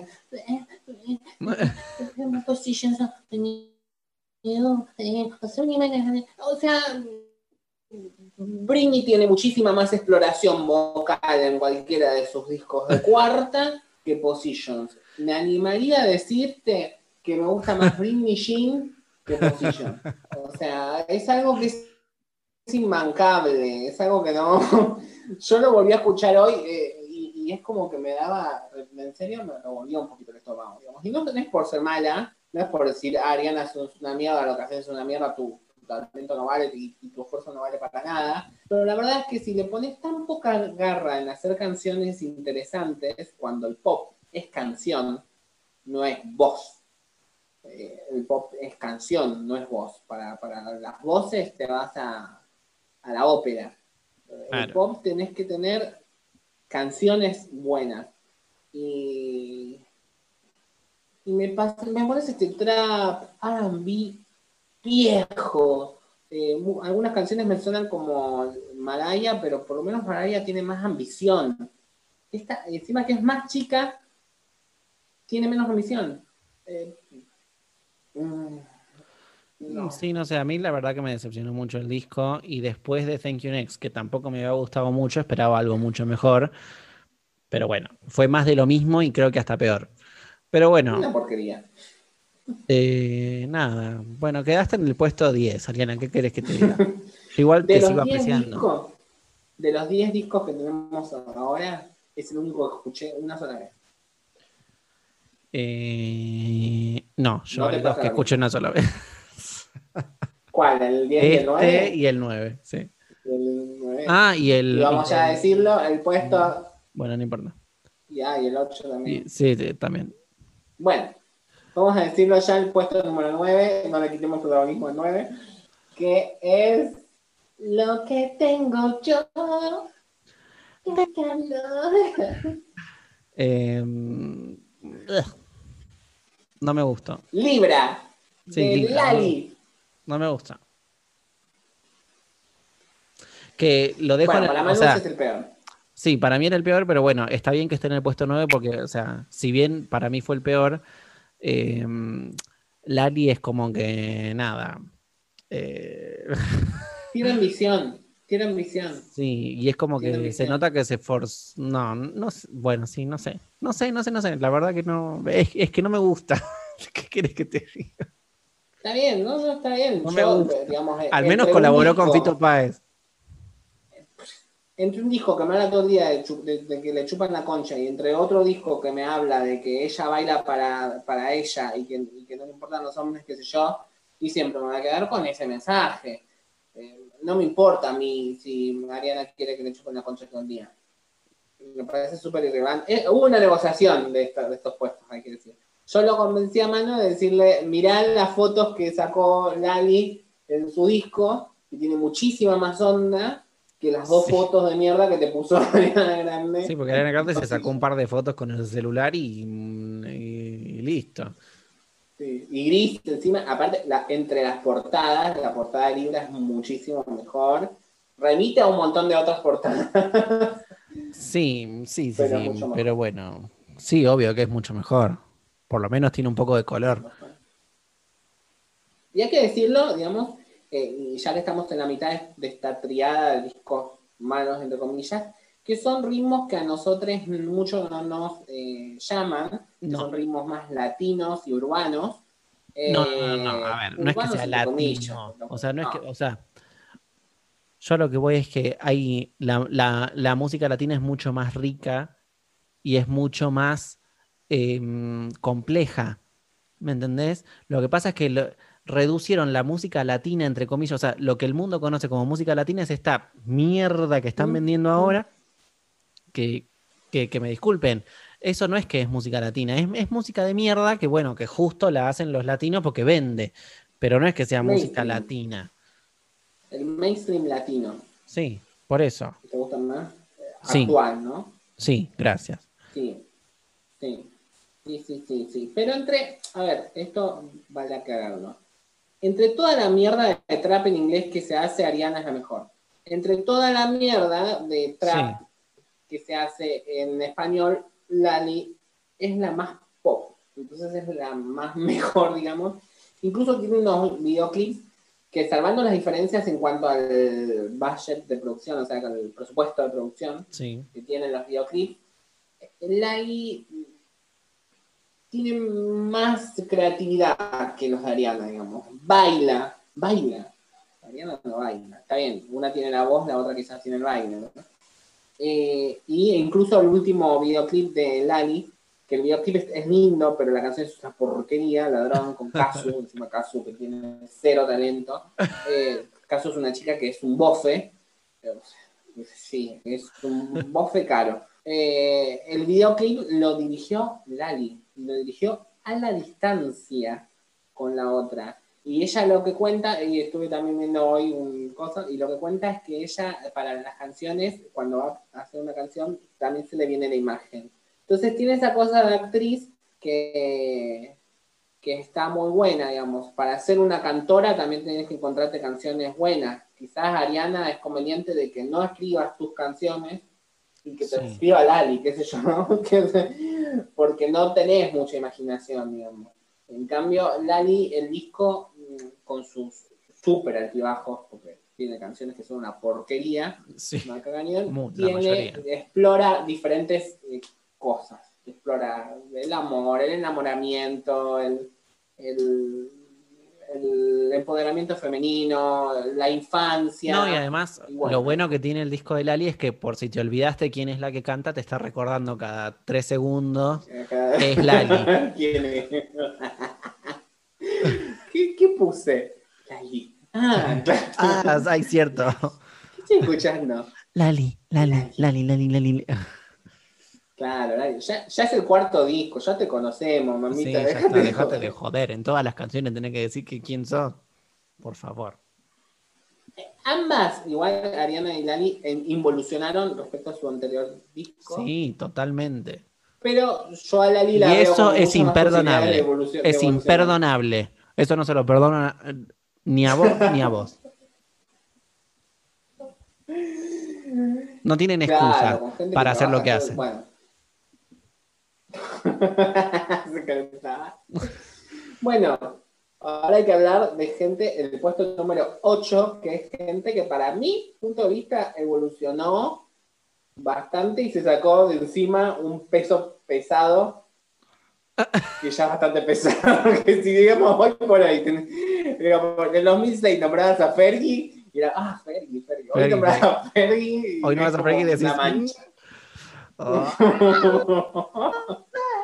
O sea, Britney tiene muchísima más exploración vocal en cualquiera de sus discos de cuarta que Positions. Me animaría a decirte que me gusta más Britney Jean que Position. O sea, es algo que es, es inmancable, es algo que no... Yo lo volví a escuchar hoy eh, y, y es como que me daba, en serio me revolvió un poquito el estómago, digamos. Y no, no es por ser mala, no es por decir, ah, Ariana es una mierda, lo que haces es una mierda, tu, tu talento no vale y, y tu esfuerzo no vale para nada. Pero la verdad es que si le pones tan poca garra en hacer canciones interesantes, cuando el pop es canción, no es voz. Eh, el pop es canción, no es voz. Para, para las voces te vas a, a la ópera. El Claro. pop tenés que tener canciones buenas. Y, y me, pasa, me parece este trap, R and B viejo. Eh, mu- algunas canciones me suenan como Mariah, pero por lo menos Mariah tiene más ambición. Esta, encima que es más chica, tiene menos ambición. Eh, mm, no. Sí, no sé, a mí la verdad que me decepcionó mucho el disco y después de Thank You Next, que tampoco me había gustado mucho, esperaba algo mucho mejor, pero bueno, fue más de lo mismo y creo que hasta peor. Pero bueno, Una porquería. eh, nada, bueno, quedaste en el puesto diez, Ariana, ¿qué querés que te diga? Yo igual De te los sigo diez apreciando. discos, de los diez discos que tenemos ahora, es el único que escuché una sola vez. Eh, no, yo No te hay dos pasa que lo escucho mismo. una sola vez. ¿Cuál? ¿El diez y el Este nueve? y el nueve, sí. El nueve. Ah, y Y el... vamos y ya a el- decirlo, el puesto, Bueno, no importa. y, ah, y el ocho Y- también. sí, sí, también. Bueno, vamos a decirlo ya, el puesto número nueve, no le quitemos protagonismo al nueve, que es lo que tengo yo. Qué calor. Eh, ugh, no me gustó. Libra, Sí, de Libra, no, Lali. no me gusta. Que lo dejo en Bueno, el, para o Manu ese sea, es el peor. sí, para mí era el peor, pero bueno, está bien que esté en el puesto nueve porque, o sea, si bien para mí fue el peor, eh, Lali es como que nada. eh, Tiene ambición, tiene ambición, sí, y es como tiene que se ambición. nota que se forzó. No, no sé, bueno, sí, no sé. No sé, no sé, no sé. La verdad que no, es, es que no me gusta. ¿Qué quieres que te diga? Está bien, no, no, está bien. No me Yo, gusta. digamos, eh, Al menos entre un colaboró con Fito disco, Páez. entre un disco que me habla todo el día de, chu- de- de que le chupan la concha y entre otro disco que me habla de que ella baila para, para ella y que, y que no le importan los hombres, qué sé yo, y siempre me voy a quedar con ese mensaje. Eh, no me importa a mí si Mariana quiere que le chupen la concha todo el día. Me parece súper irrelevante. Eh, hubo una negociación de, esta- de estos puestos, hay que decir. Yo lo convencí a Mano de decirle, mirá las fotos que sacó Lali en su disco, que tiene muchísima más onda que las dos Sí. fotos de mierda que te puso Ariana Sí, Grande. porque Ariana Grande se Entonces, sacó un par de fotos con el celular y, y listo. sí, y gris encima, aparte, la- entre las portadas, la portada de Libra es muchísimo mejor. Remite a un montón de otras portadas, Sí, sí, sí, pero es sí. mucho mejor. Pero bueno, sí, obvio que es mucho mejor. Por lo menos tiene un poco de Mucho color. mejor. Y hay que decirlo, digamos, eh, y ya que estamos en la mitad de, de esta triada de discos malos, entre comillas, que son ritmos que a nosotros mucho no nos eh, llaman, que No, son ritmos más latinos y urbanos. no, no, no, no. A Eh, ver, no es que urbanos sea entre comillas. latino. No, O sea, no es que, no, o sea, yo lo que voy es que hay la, la, la música latina es mucho más rica y es mucho más em, compleja. ¿Me entendés? Lo que pasa es que lo- reducieron la música latina, entre comillas, o sea, lo que el mundo conoce como música latina es esta mierda que están vendiendo ahora, que, que, que me disculpen, eso no es que es música latina, es, es música de mierda que, bueno, que justo la hacen los latinos porque vende, pero no es que sea música mainstream. latina. El mainstream latino. Sí, por eso. ¿Te gusta más? Eh, Sí, Actual, ¿no? sí, gracias. Sí, sí. Sí, sí, sí, sí. Pero entre, a ver, esto vale aclararlo. Entre toda la mierda de trap en inglés que se hace, Ariana es la mejor. Entre toda la mierda de Sí, trap que se hace en español, Lali es la más pop. Entonces es la más mejor, digamos. Incluso tiene unos videoclips que, salvando las diferencias en cuanto al budget de producción, o sea, con el presupuesto de producción sí, que tienen los videoclips, Lali tiene más creatividad que los de Ariana, digamos. Baila, baila. Ariana no baila. Está bien, una tiene la voz, la otra quizás tiene el baile, ¿no? Eh, y incluso el último videoclip de Lali, que el videoclip es, es lindo, pero la canción es una porquería, Ladrón, con Kazu, encima Kazu que tiene cero talento. Eh, Kazu es una chica que es un bofe, eh, sí, es un bofe caro. Eh, el videoclip lo dirigió Lali, lo dirigió a la distancia con la otra. Y ella lo que cuenta, y estuve también viendo hoy un cosa, y lo que cuenta es que ella, para las canciones, cuando va a hacer una canción, también se le viene la imagen. Entonces tiene esa cosa de actriz que, que está muy buena, digamos. Para ser una cantora también tienes que encontrarte canciones buenas. Quizás Ariana es conveniente de que no escribas tus canciones y que te sí. escriba Lali, qué sé yo, ¿no? Porque no tenés mucha imaginación, digamos. En cambio, Lali, el disco, con sus súper altibajos, porque tiene canciones que son una porquería, Sí. Marca Cañón, Mu- la tiene, mayoría. explora diferentes eh, cosas, explora el amor, el enamoramiento, el, el, el empoderamiento femenino, la infancia. No, y además, Y bueno, lo bueno que tiene el disco de Lali es que por si te olvidaste quién es la que canta, te está recordando cada tres segundos acá- que es Lali. ¿Quién es? ¿Qué, qué puse? Lali. Ah, claro. Ah, ay, cierto. ¿Qué estoy escuchando? Lali, Lali, Lali, Lali, Lali. Claro, Lali. Ya, ya es el cuarto disco, ya te conocemos, Sí, mamita. ya déjate está, de dejate joder. de joder. En todas las canciones tenés que decir que quién sos. Por favor. Ambas, igual Ariana y Lali, eh, involucionaron respecto a su anterior disco. Sí, totalmente. Pero yo a Lali Y la veo eso con es muchas más posibilidades de, imperdonable. evolución, de Es evolucionar. imperdonable. Eso no se lo perdona eh, ni a vos ni a vos. No tienen excusa Claro, con gente para que hacer lo que trabaja todo- hacen. Bueno. Se calentaba. Bueno, ahora hay que hablar de gente en el puesto número ocho, que es gente que para mi punto de vista evolucionó bastante y se sacó de encima un peso pesado, que ya es bastante pesado, que si digamos hoy por hoy, ten- digamos, en el dos mil seis nombrabas a Fergie y era, ah, Fergie, Fergie. Hoy Fergie, nombrabas a Fergie y Hoy no es vas a como Fergie y decís, una mancha. "Oh".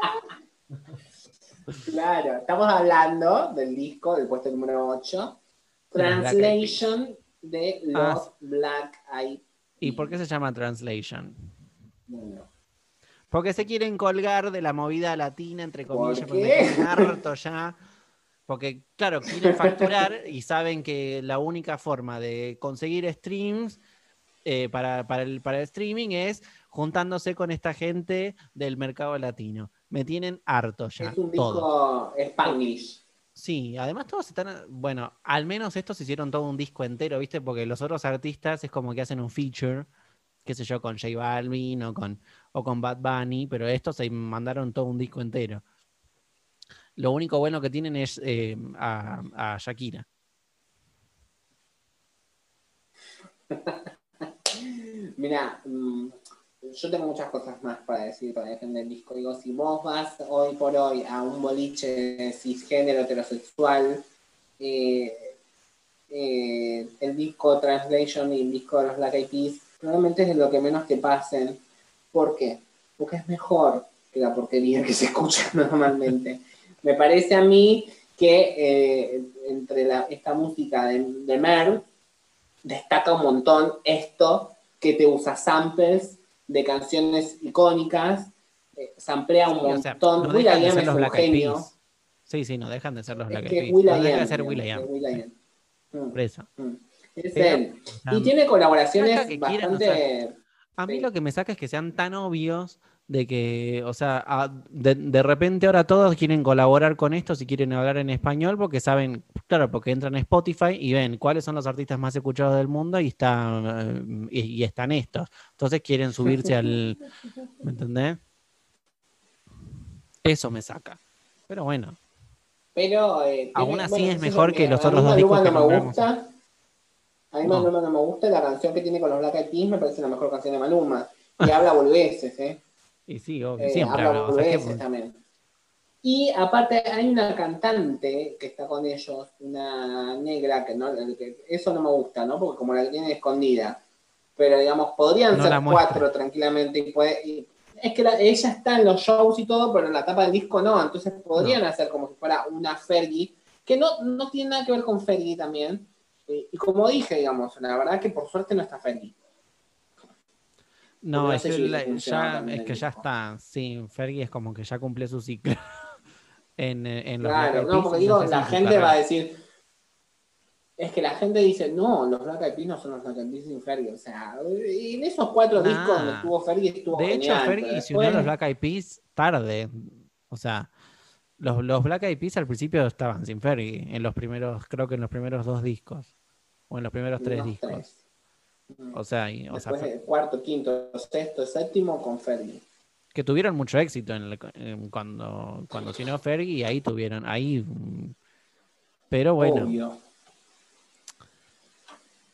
Claro, estamos hablando del disco, del puesto número ocho, De los Black Eyed Peas. Translation de los Ah. Black Eyed Peas. ¿Y por qué se llama Translation? Bueno, Porque se quieren colgar de la movida latina, entre ¿por comillas, porque me qué? tienen harto ya. Porque, claro, quieren facturar y saben que la única forma de conseguir streams eh, para, para, el, para el streaming es juntándose con esta gente del mercado latino. Me tienen harto ya, Es un todos. disco Spanglish. Sí, además todos están, bueno, al menos estos hicieron todo un disco entero, ¿viste? Porque los otros artistas es como que hacen un feature, qué sé yo, con J Balvin o con, o con Bad Bunny, pero estos se mandaron todo un disco entero. Lo único bueno que tienen es eh, a, a Shakira. Mira, mm, yo tengo muchas cosas más para decir, para defender el disco. Digo, si vos vas hoy por hoy a un boliche cisgénero heterosexual, eh, eh, el disco Translation y el disco de los Black Eyed Peas probablemente es de lo que menos te pasen. ¿Por qué? Porque es mejor que la porquería que se escucha normalmente. Me parece a mí que eh, entre la, esta música de, de Mer destaca un montón esto que te usa samples de canciones icónicas, eh, samplea un Sí, o sea, montón. no Will.i.am dejan de es ser los un Black Eyed genio. Peas. Sí, sí, no dejan de ser los Black Es Eyed que Peas. Will.i.am, No deja de ser digamos, Will.i.am. es Will.i.am. Mm, Por eso. mm. Es Pero, él. o sea, Y tiene colaboraciones saca que quieran, bastante... o sea, a mí sí. lo que me saca es que sean tan obvios de que, o sea, a- de, de repente ahora todos quieren colaborar con estos y quieren hablar en español porque saben, claro, porque entran a Spotify y ven cuáles son los artistas más escuchados del mundo y, está, eh, y, y están estos. Entonces quieren subirse al... ¿Me entendés? Eso me saca. Pero bueno, Pero eh, aún tiene, así bueno, es qué sé yo, mejor que mira, los a mí otros dos discos Maluma que no me nombramos. gusta. A mí No. Maluma no me gusta. La canción que tiene con los Black Eyed Peas me parece la mejor canción de Maluma. Y habla boludeces, ¿eh? Y sí, obvio, Eh, siempre habla hablamos. O sea, es boludeces que- también. Y aparte hay una cantante que está con ellos, una negra, que no, que eso no me gusta, ¿no? Porque como la tienen escondida. Pero digamos, podrían No ser la muestra. cuatro tranquilamente y puede. Y es que la- ella está en los shows y todo, pero en la tapa del disco no. Entonces podrían hacer como si fuera una Fergie, que no, no tiene nada que ver con Fergie también. Eh, y como dije, digamos, la verdad que por suerte no está Fergie. No, Porque no es sé que, si hubiese la- funcionado ya, también es el que ya disco. está. Sí, Fergie es como que ya cumple su ciclo en, eh, en los Black Claro, Eyed no, Peas porque y no digo, sé si la en su gente va a carrera. decir, es que la gente dice, no, los Black Eyed Peas no son los Black Eyed Peas sin Fergie. O sea, y en esos cuatro discos donde Nah. estuvo Fergie estuvo De hecho, genial. Fergie pero se unió a los después, Black Eyed Peas tarde. O sea, los, los Black Eyed Peas al principio estaban sin Fergie, en los primeros, creo que en los primeros dos discos, o en los primeros tres unos discos. tres. O sea, y- o sea, Después fue- el cuarto, quinto, sexto, séptimo con Fergie. que tuvieron mucho éxito en el- en cuando, cuando se unió Fergie y ahí tuvieron, ahí. mm, Pero bueno, Obvio.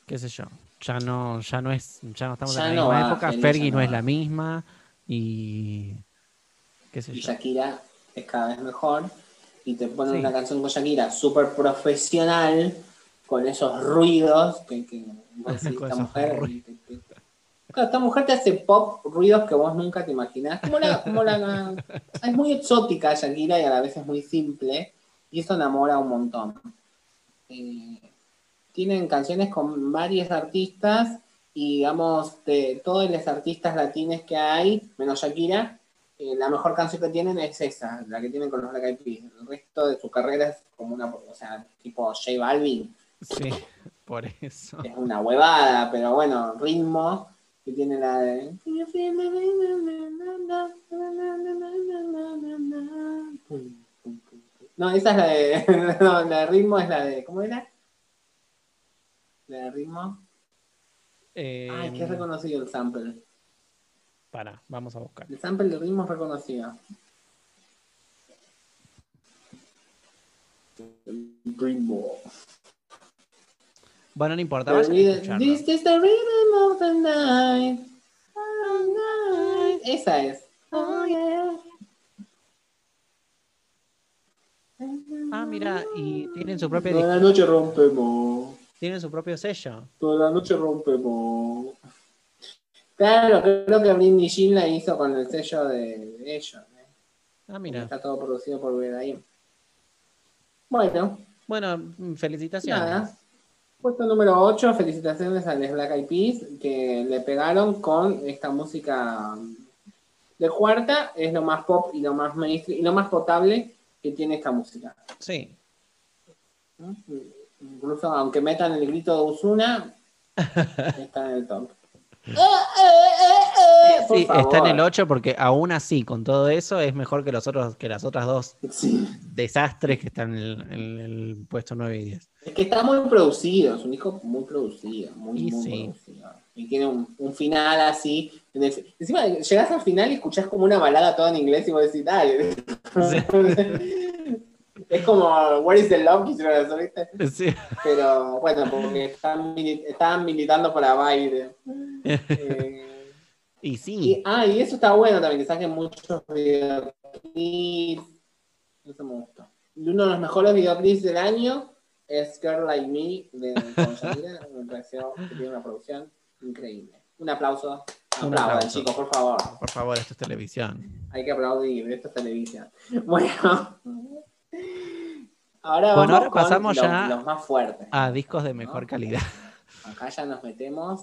qué sé yo, ya no, ya no es, ya no estamos Ya en la no misma va, época, Fergie, Fergie ya no no es va. la misma y qué sé Y yo. Shakira es cada vez mejor. Y te ponen Sí. una canción con Shakira súper profesional, con esos ruidos que, que vos decís, Con esta esos mujer. ruidos. te- te- Claro, esta mujer te hace pop, ruidos que vos nunca te imaginás. Como la, como la, es muy exótica Shakira y a la vez es muy simple. Y eso enamora un montón. Eh, tienen canciones con varios artistas y digamos de todos los artistas latines que hay, menos Shakira, eh, la mejor canción que tienen es esa, la que tienen con los Black Eyed Peas. El resto de su carrera es como una, o sea, tipo J Balvin, Sí, por eso. es una huevada, pero bueno, ritmo que tiene la de... No, esa es la de... No, la de ritmo es la de... ¿Cómo era? La de ritmo. Eh, Ay, que es reconocido el sample. para, vamos a buscar. El sample de ritmo es reconocido. Ritmo. Bueno, no importa, The vayan a rhythm- escucharlo. This is the rhythm of the night. Night. Esa es. Oh, yeah. Ah, mira, y tienen su propia Toda la disco- noche rompemos. tienen su propio sello. Toda la noche rompemos. Claro, creo que Britney Jean la hizo con el sello de, de ellos. ¿eh? Ah, Porque mira. está todo producido por Bedaim. Bueno, Bueno, mm, felicitaciones. nada. Puesto número ocho, felicitaciones a los Black Eyed Peas que le pegaron con esta música de cuarta, es lo más pop y lo más mainstream y lo más potable que tiene esta música. Sí. ¿no? Incluso aunque metan el grito de Ozuna, está en el top. Por Sí, favor. está en el ocho porque aún así, con todo eso, es mejor que los otros, que las otras dos Sí. desastres que están en el, en el puesto nueve y diez. Es que está muy producido, es un disco muy producido, muy, Y muy sí. producido. Y tiene un, un final así. En el- encima llegás al final y escuchás como una balada toda en inglés y vos decís, dale. Es como Where is the Love que hicieron eso, ¿viste? Sí. Pero bueno, porque están, mili- estaban militando para Biden. Eh, Y sí. y, ah, y eso está bueno también, que saquen muchos videoclips. Eso me gustó. Y uno de los mejores videoclips del año es Girl Like Me de con Shakira. Me pareció que tiene una producción increíble. Un aplauso. Un Aplaudan, aplauso. chicos, por favor. Por favor, esto es televisión. Hay que aplaudir, esto es televisión. Bueno. Ahora Bueno, vamos ahora con pasamos los, ya los más fuertes. a discos de ¿no? mejor calidad. Acá ya nos metemos.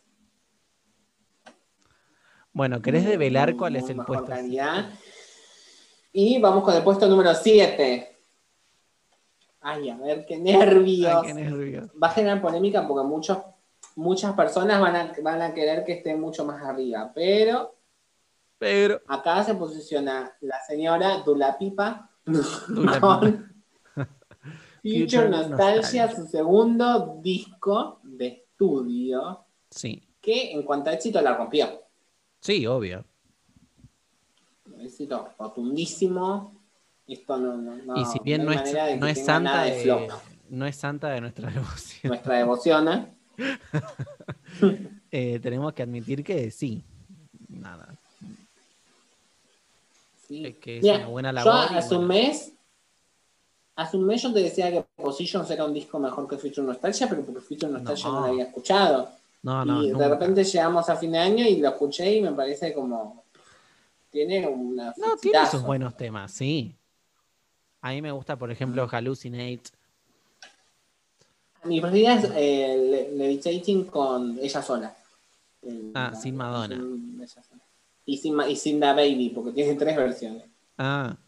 Bueno, ¿querés Muy, develar muy, cuál es muy el mejor puesto? calidad. Y vamos con el puesto número siete. Ay, a ver, qué nervios. Ay, qué nervios. Va a generar polémica porque muchos, muchas personas van a, van a querer que esté mucho más arriba. Pero Pero. acá se posiciona la señora Dula Pipa Dula con Future Future Nostalgia, Nostalgia. su segundo disco de estudio, Sí. que en cuanto a éxito la rompió. Sí, obvio. Un éxito rotundísimo. Esto no, no, no, y si bien no, hay es, manera de que no es tenga nada santa de de, flop. no es santa de nuestra devoción, Nuestra devoción, ¿eh? eh, tenemos que admitir que sí. Nada. Sí. Es que es Mira, una buena yo labor. y hace bueno. un mes, hace un mes yo te decía que Positions era un disco mejor que Future Nostalgia, pero porque Future Nostalgia no, No. lo había escuchado. No, no, y de nunca. repente llegamos a fin de año y lo escuché y me parece como tiene una No, tiene sus exitazo. buenos temas, sí. A mí me gusta, por ejemplo, Hallucinate. Mi preferida es eh, Le- Levitating con ella sola. El- Ah, la- sin Madonna. sin ella sola. Y sin, Ma- y sin Da Baby, porque tiene tres versiones. Ah,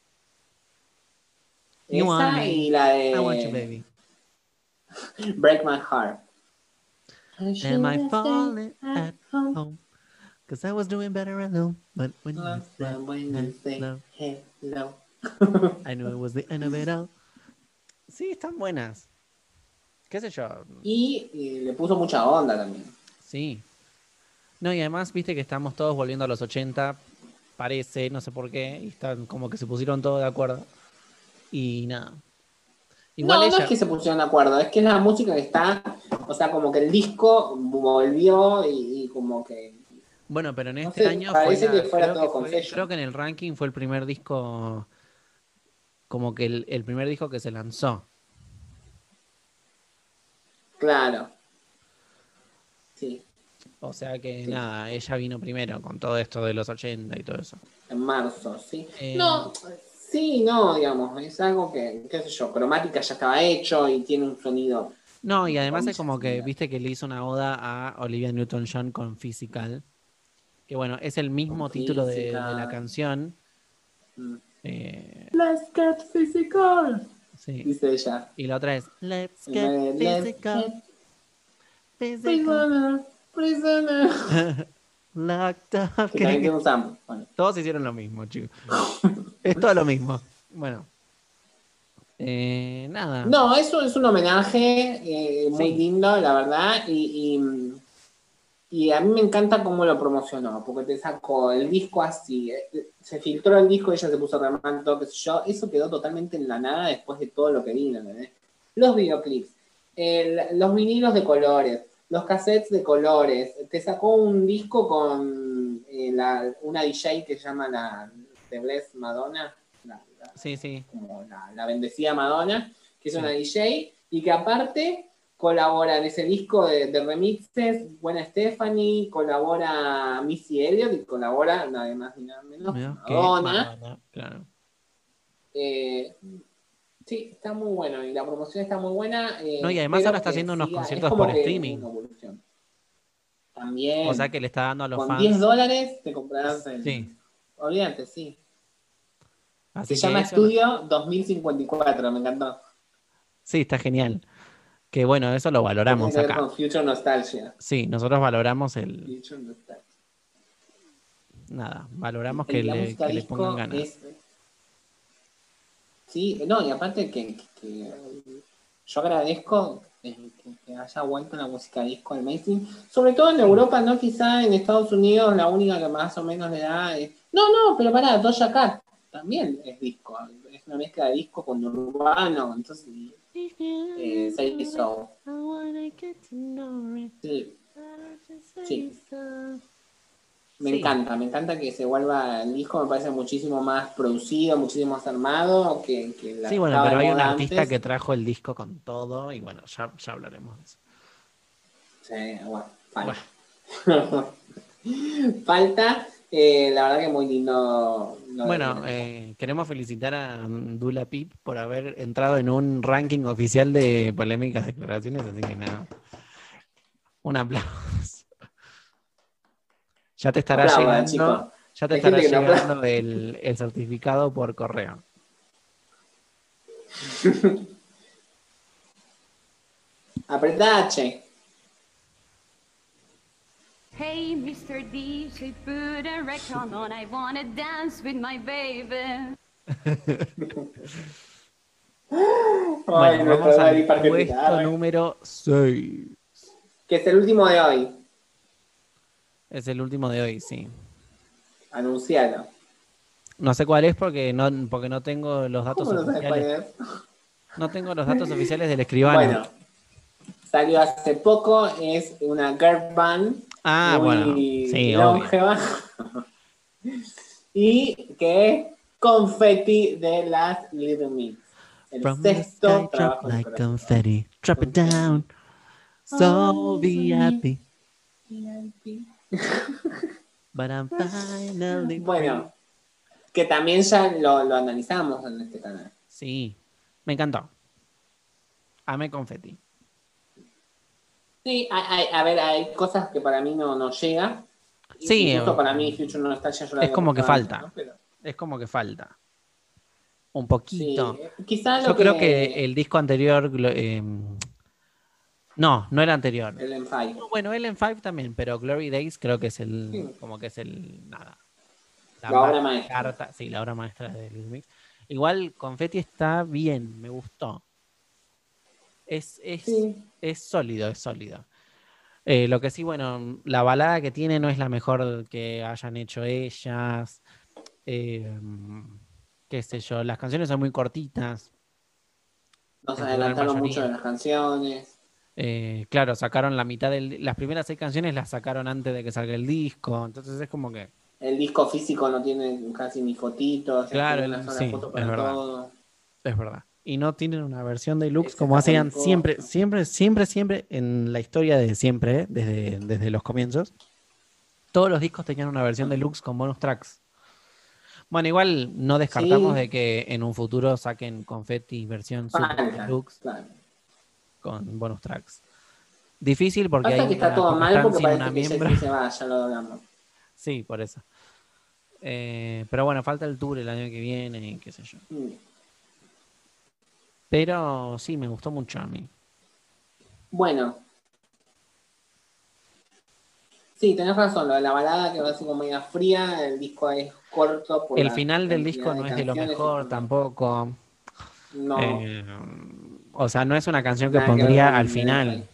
You Esa want me, y la I want you, de baby. Break My Heart. Am I falling at home? Cause I was doing better alone. But when you said When you say hello, hello. I knew it was the end of it all. Sí, están buenas. ¿Qué sé yo? Y, y le puso mucha onda también. Sí. No, y además, viste que estamos todos volviendo a los ochenta, parece, no sé por qué, y están como que se pusieron todos de acuerdo. Y nada. Igual no, ella. no es que se pusieron de acuerdo, es que es la música que está O sea, como que el disco volvió y, y como que... Bueno, pero en No este sé, año fue, parece la- que fuera creo, todo que fue- Confession. creo que en el ranking fue el primer disco, como que el, el primer disco que se lanzó. Claro. Sí, O sea que Sí. nada, ella vino primero con todo esto de los ochenta y todo eso. en marzo, sí. Eh, No, sí, no, digamos, es algo que, qué sé yo, cromática ya estaba hecho y tiene un sonido... No, y además es comillas, como que, similar. viste que le hizo una oda a Olivia Newton-John con Physical, que bueno, es el mismo título de, de la Physical. canción. Mm. eh, Let's get physical, sí. dice ella. Y la otra es Let's En get vez de, Let's physical, get physical, prisoner, prisoner. locked up. Que ¿Qué- también qué? tiene un sample. Bueno. Todos hicieron lo mismo, chicos. Es todo lo mismo. Bueno. Eh, nada. No, eso es un homenaje eh, muy Sí. lindo, la verdad, y, y, y a mí me encanta cómo lo promocionó, porque te sacó el disco así, eh, se filtró el disco, ella se puso remanto, qué sé yo, eso quedó totalmente en la nada después de todo lo que vino, ¿entendés? Los videoclips, el- los vinilos de colores, los cassettes de colores, te sacó un disco con eh, la- una D J que se llama la The Bless Madonna, la- la- Sí, sí. como la, la bendecida Madonna, que es Sí. una D J, y que aparte colabora en ese disco de, de remixes, Buena Stephanie, colabora Missy Elliott y colabora nada más ni nada menos Mira, que Madonna. Madonna, claro. Eh, sí, está muy bueno y la promoción está muy buena. Eh, No, y además espero ahora está que haciendo unos siga, conciertos es como por que streaming. una evolución. También, O sea que le está dando a los con diez fans. dólares te comprarás el... Sí. Olvídate, sí. Así Se que llama eso. Estudio dos mil cincuenta y cuatro, me encantó. Sí, está genial. Que bueno, eso lo Que tiene valoramos que ver acá. con Future Nostalgia. Sí, nosotros valoramos el. Future Nostalgia. Nada, valoramos que El- la le, música que le pongan disco ganas. es... Sí, no, y aparte que, que yo agradezco eh, que, que haya vuelto la música disco al mainstream, sobre todo en Europa, ¿no? Quizá en Estados Unidos la única que más o menos le da es... No, no, pero pará, Doja Cat también es disco, es una mezcla de disco con urbano, entonces eh, se hizo... Sí, sí. Me Sí. encanta, me encanta que se vuelva el disco, me parece muchísimo más producido, muchísimo más armado que, que la Sí, bueno, estaba pero de hay un moda artista antes. que trajo el disco con todo y bueno, ya, ya hablaremos de eso. Sí, bueno, falta. Falta, eh, la verdad que muy lindo. lo de Bueno, Verónica. eh, queremos felicitar a Dula Pip por haber entrado en un ranking oficial de polémicas declaraciones, así que nada. Un aplauso. Ya te estará Aplaudan, llegando, chicos. ya te Hay estará gente que no aplaude. llegando el, el certificado por correo. Apretá H. Hey, mister D J, put a record on. I wanna dance with my baby. Ay, Bueno, nuestro vamos Daddy al Parker puesto guitarra. número seis. Que es el último de hoy. Es el último de hoy, sí. Anuncialo. No sé cuál es porque no, porque no tengo los datos ¿Cómo no sabes cuál oficiales. es? No tengo los datos oficiales del escribano. Bueno, salió hace poco, es una girl band Ah, muy bueno, sí, longeva. Y que es Confetti de las Little Mix. El From the sexto sky drop trabajo like discográfico. confetti, drop it down, so V I P, but I'm finally Bueno, que también ya lo, lo analizamos en este canal. free. Sí, me encantó. Amé confetti. Sí, hay, hay- a ver, hay cosas que para mí no, no llega. Sí, Incluso eh, para mí Future Nostalgia yo la es había como que escuchado falta. antes, ¿no? Pero, Es como que falta. Un sí, poquito. quizás Yo lo creo que... que el disco anterior. glo- eh, no, no el anterior. El Empire. No, bueno, el en Five también, pero Glory Days creo que es el. Sí. Como que es el. Nada. La obra ma- maestra. carta- sí, la obra maestra de Little Mix. Igual Confetti está bien, me gustó. Es, es, Sí. es sólido, es sólido. Eh, lo que sí, bueno, la balada que tiene no es la mejor que hayan hecho ellas. Eh, qué sé yo, las canciones son muy cortitas. Nos en su gran adelantaron mucho mayoría. de las canciones. Eh, claro, sacaron la mitad del... Las primeras seis canciones las sacaron antes de que salga el disco, entonces es como que... El disco físico no tiene casi ni fotitos, Claro, tiene una el- sola sí, foto es para verdad. todo. Es verdad. Y no tienen una versión deluxe Ese como está hacían por el siempre, costo. siempre, siempre, siempre en la historia de siempre, ¿eh? desde, desde los comienzos. Todos los discos tenían una versión deluxe con bonus tracks. Bueno, igual no descartamos Sí. de que en un futuro saquen Confetti versión super Falta, deluxe claro. con bonus tracks. Difícil porque Pasa hay que está una- todo porque mal están porque sin parece una que miembro. Jessie se va, ya lo hablamos. Sí, por eso. Eh, pero bueno, falta el tour el año que viene y qué sé yo. Mm. Pero sí, me gustó mucho a mí. Bueno. Sí, tenés razón, lo de la balada que va así como media fría, el disco es corto. Por El la final del cantidad disco no es de lo canciones y mejor por- tampoco. No, Eh, o sea, no es una canción que nada que ver pondría con al el final. rey.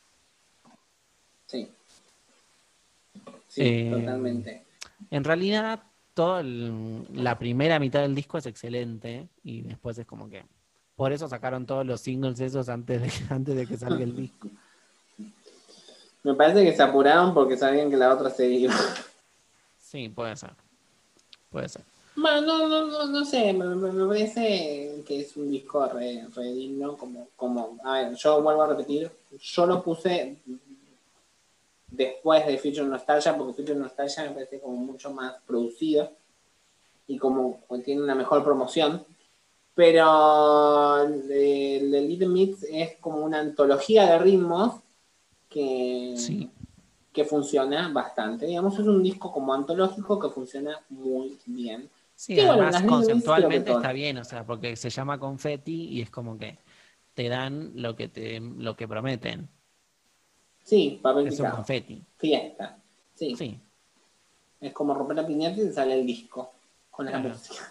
Sí. Sí, Eh, totalmente. En realidad, toda la primera mitad del disco es excelente y después es como que... Por eso sacaron todos los singles esos antes de, antes de que salga el disco. Me parece que se apuraron porque sabían que la otra se iba. Sí, puede ser. Puede ser. Bueno, no, no, no, no sé, me, me- me parece que es un disco re, re digno, como, como, a ver, yo vuelvo a repetir, yo lo puse después de Future Nostalgia, porque Future Nostalgia me parece como mucho más producido y como tiene una mejor promoción, pero el, el Little Mix es como una antología de ritmos que, Sí. que funciona bastante, digamos, es un disco como antológico que funciona muy bien. Sí, Sí, bueno, además las Little Mix creo que conceptualmente todas. está bien, o sea, porque se llama confetti y es como que te dan lo que te lo que prometen. Sí, papel Es un picado. confetti. Fiesta. Sí. Sí. Es como romper la piñata y te sale el disco con la Claro. música.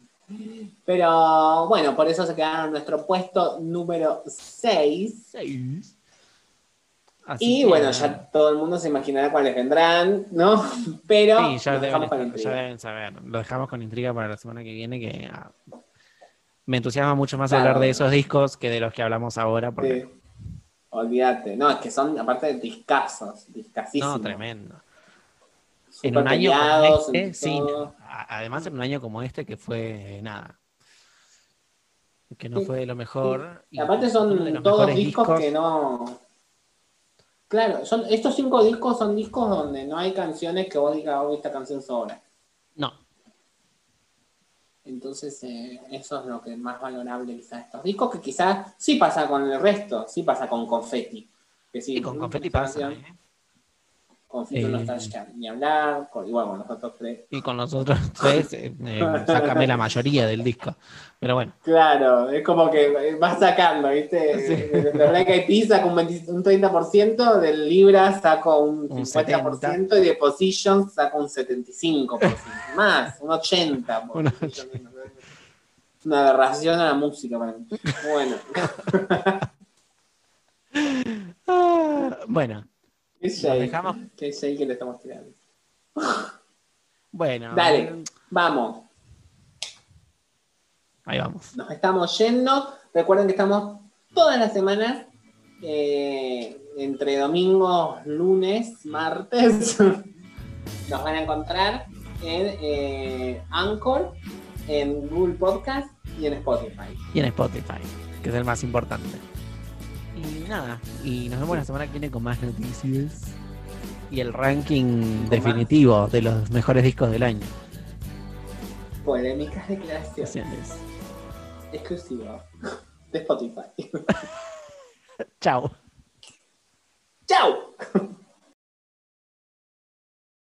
Pero bueno, por eso se quedaron en nuestro puesto número seis. Seis. Así Y que, bueno, ya todo el mundo se imaginará cuáles vendrán, ¿no? Pero sí, ya, nos deben dejamos con estar- ya intriga. deben saber. Lo dejamos con intriga para la semana que viene, que ah, me entusiasma mucho más Claro. hablar de esos discos que de los que hablamos ahora, porque Sí. Olvídate. No, es que son, aparte de discazos, discasísimos. no, tremendo. Súper En un año como peleados, este, entre sí. todo. a- Además, en un año como este que fue nada. Que no Sí, fue de lo mejor. Y aparte uno de son los todos mejores discos, que no... Claro, son, estos cinco discos son discos donde no hay canciones que vos digas, oh, esta canción sobra. No, Entonces, eh, eso es lo que es más valorable quizás de estos discos, que quizás sí pasa con el resto, sí pasa con Confetti. Que sí, y con mm, Confetti esta pasa. canción, ¿eh? Con Fito Eh, Nostalgia ni hablar, con, igual con los otros tres. Y con los otros tres, eh, eh, sácame la mayoría del disco. Pero bueno, Claro, es como que vas sacando, ¿viste? Sí. De Black Eyed Peas saco un, veinte un treinta por ciento, del Libra saco un Un cincuenta por ciento y de Position saco un setenta y cinco por ciento. Más, un ochenta por ciento. Un Una aberración a la música para mí. Bueno, ah, bueno, qué nos shade, dejamos. qué shade que le estamos tirando. Bueno, Dale, vamos. ahí vamos. Nos estamos yendo. Recuerden que estamos todas las semanas, eh, entre domingos, lunes, martes. Nos van a encontrar en eh, Anchor, en Google Podcast y en Spotify. Y en Spotify, que es el más importante. Y nada, y nos vemos la semana que viene con más noticias y el ranking Con definitivo de los mejores discos del año. Polémicas declaraciones Gracias. exclusivas de Spotify. Chao. ¡Chao!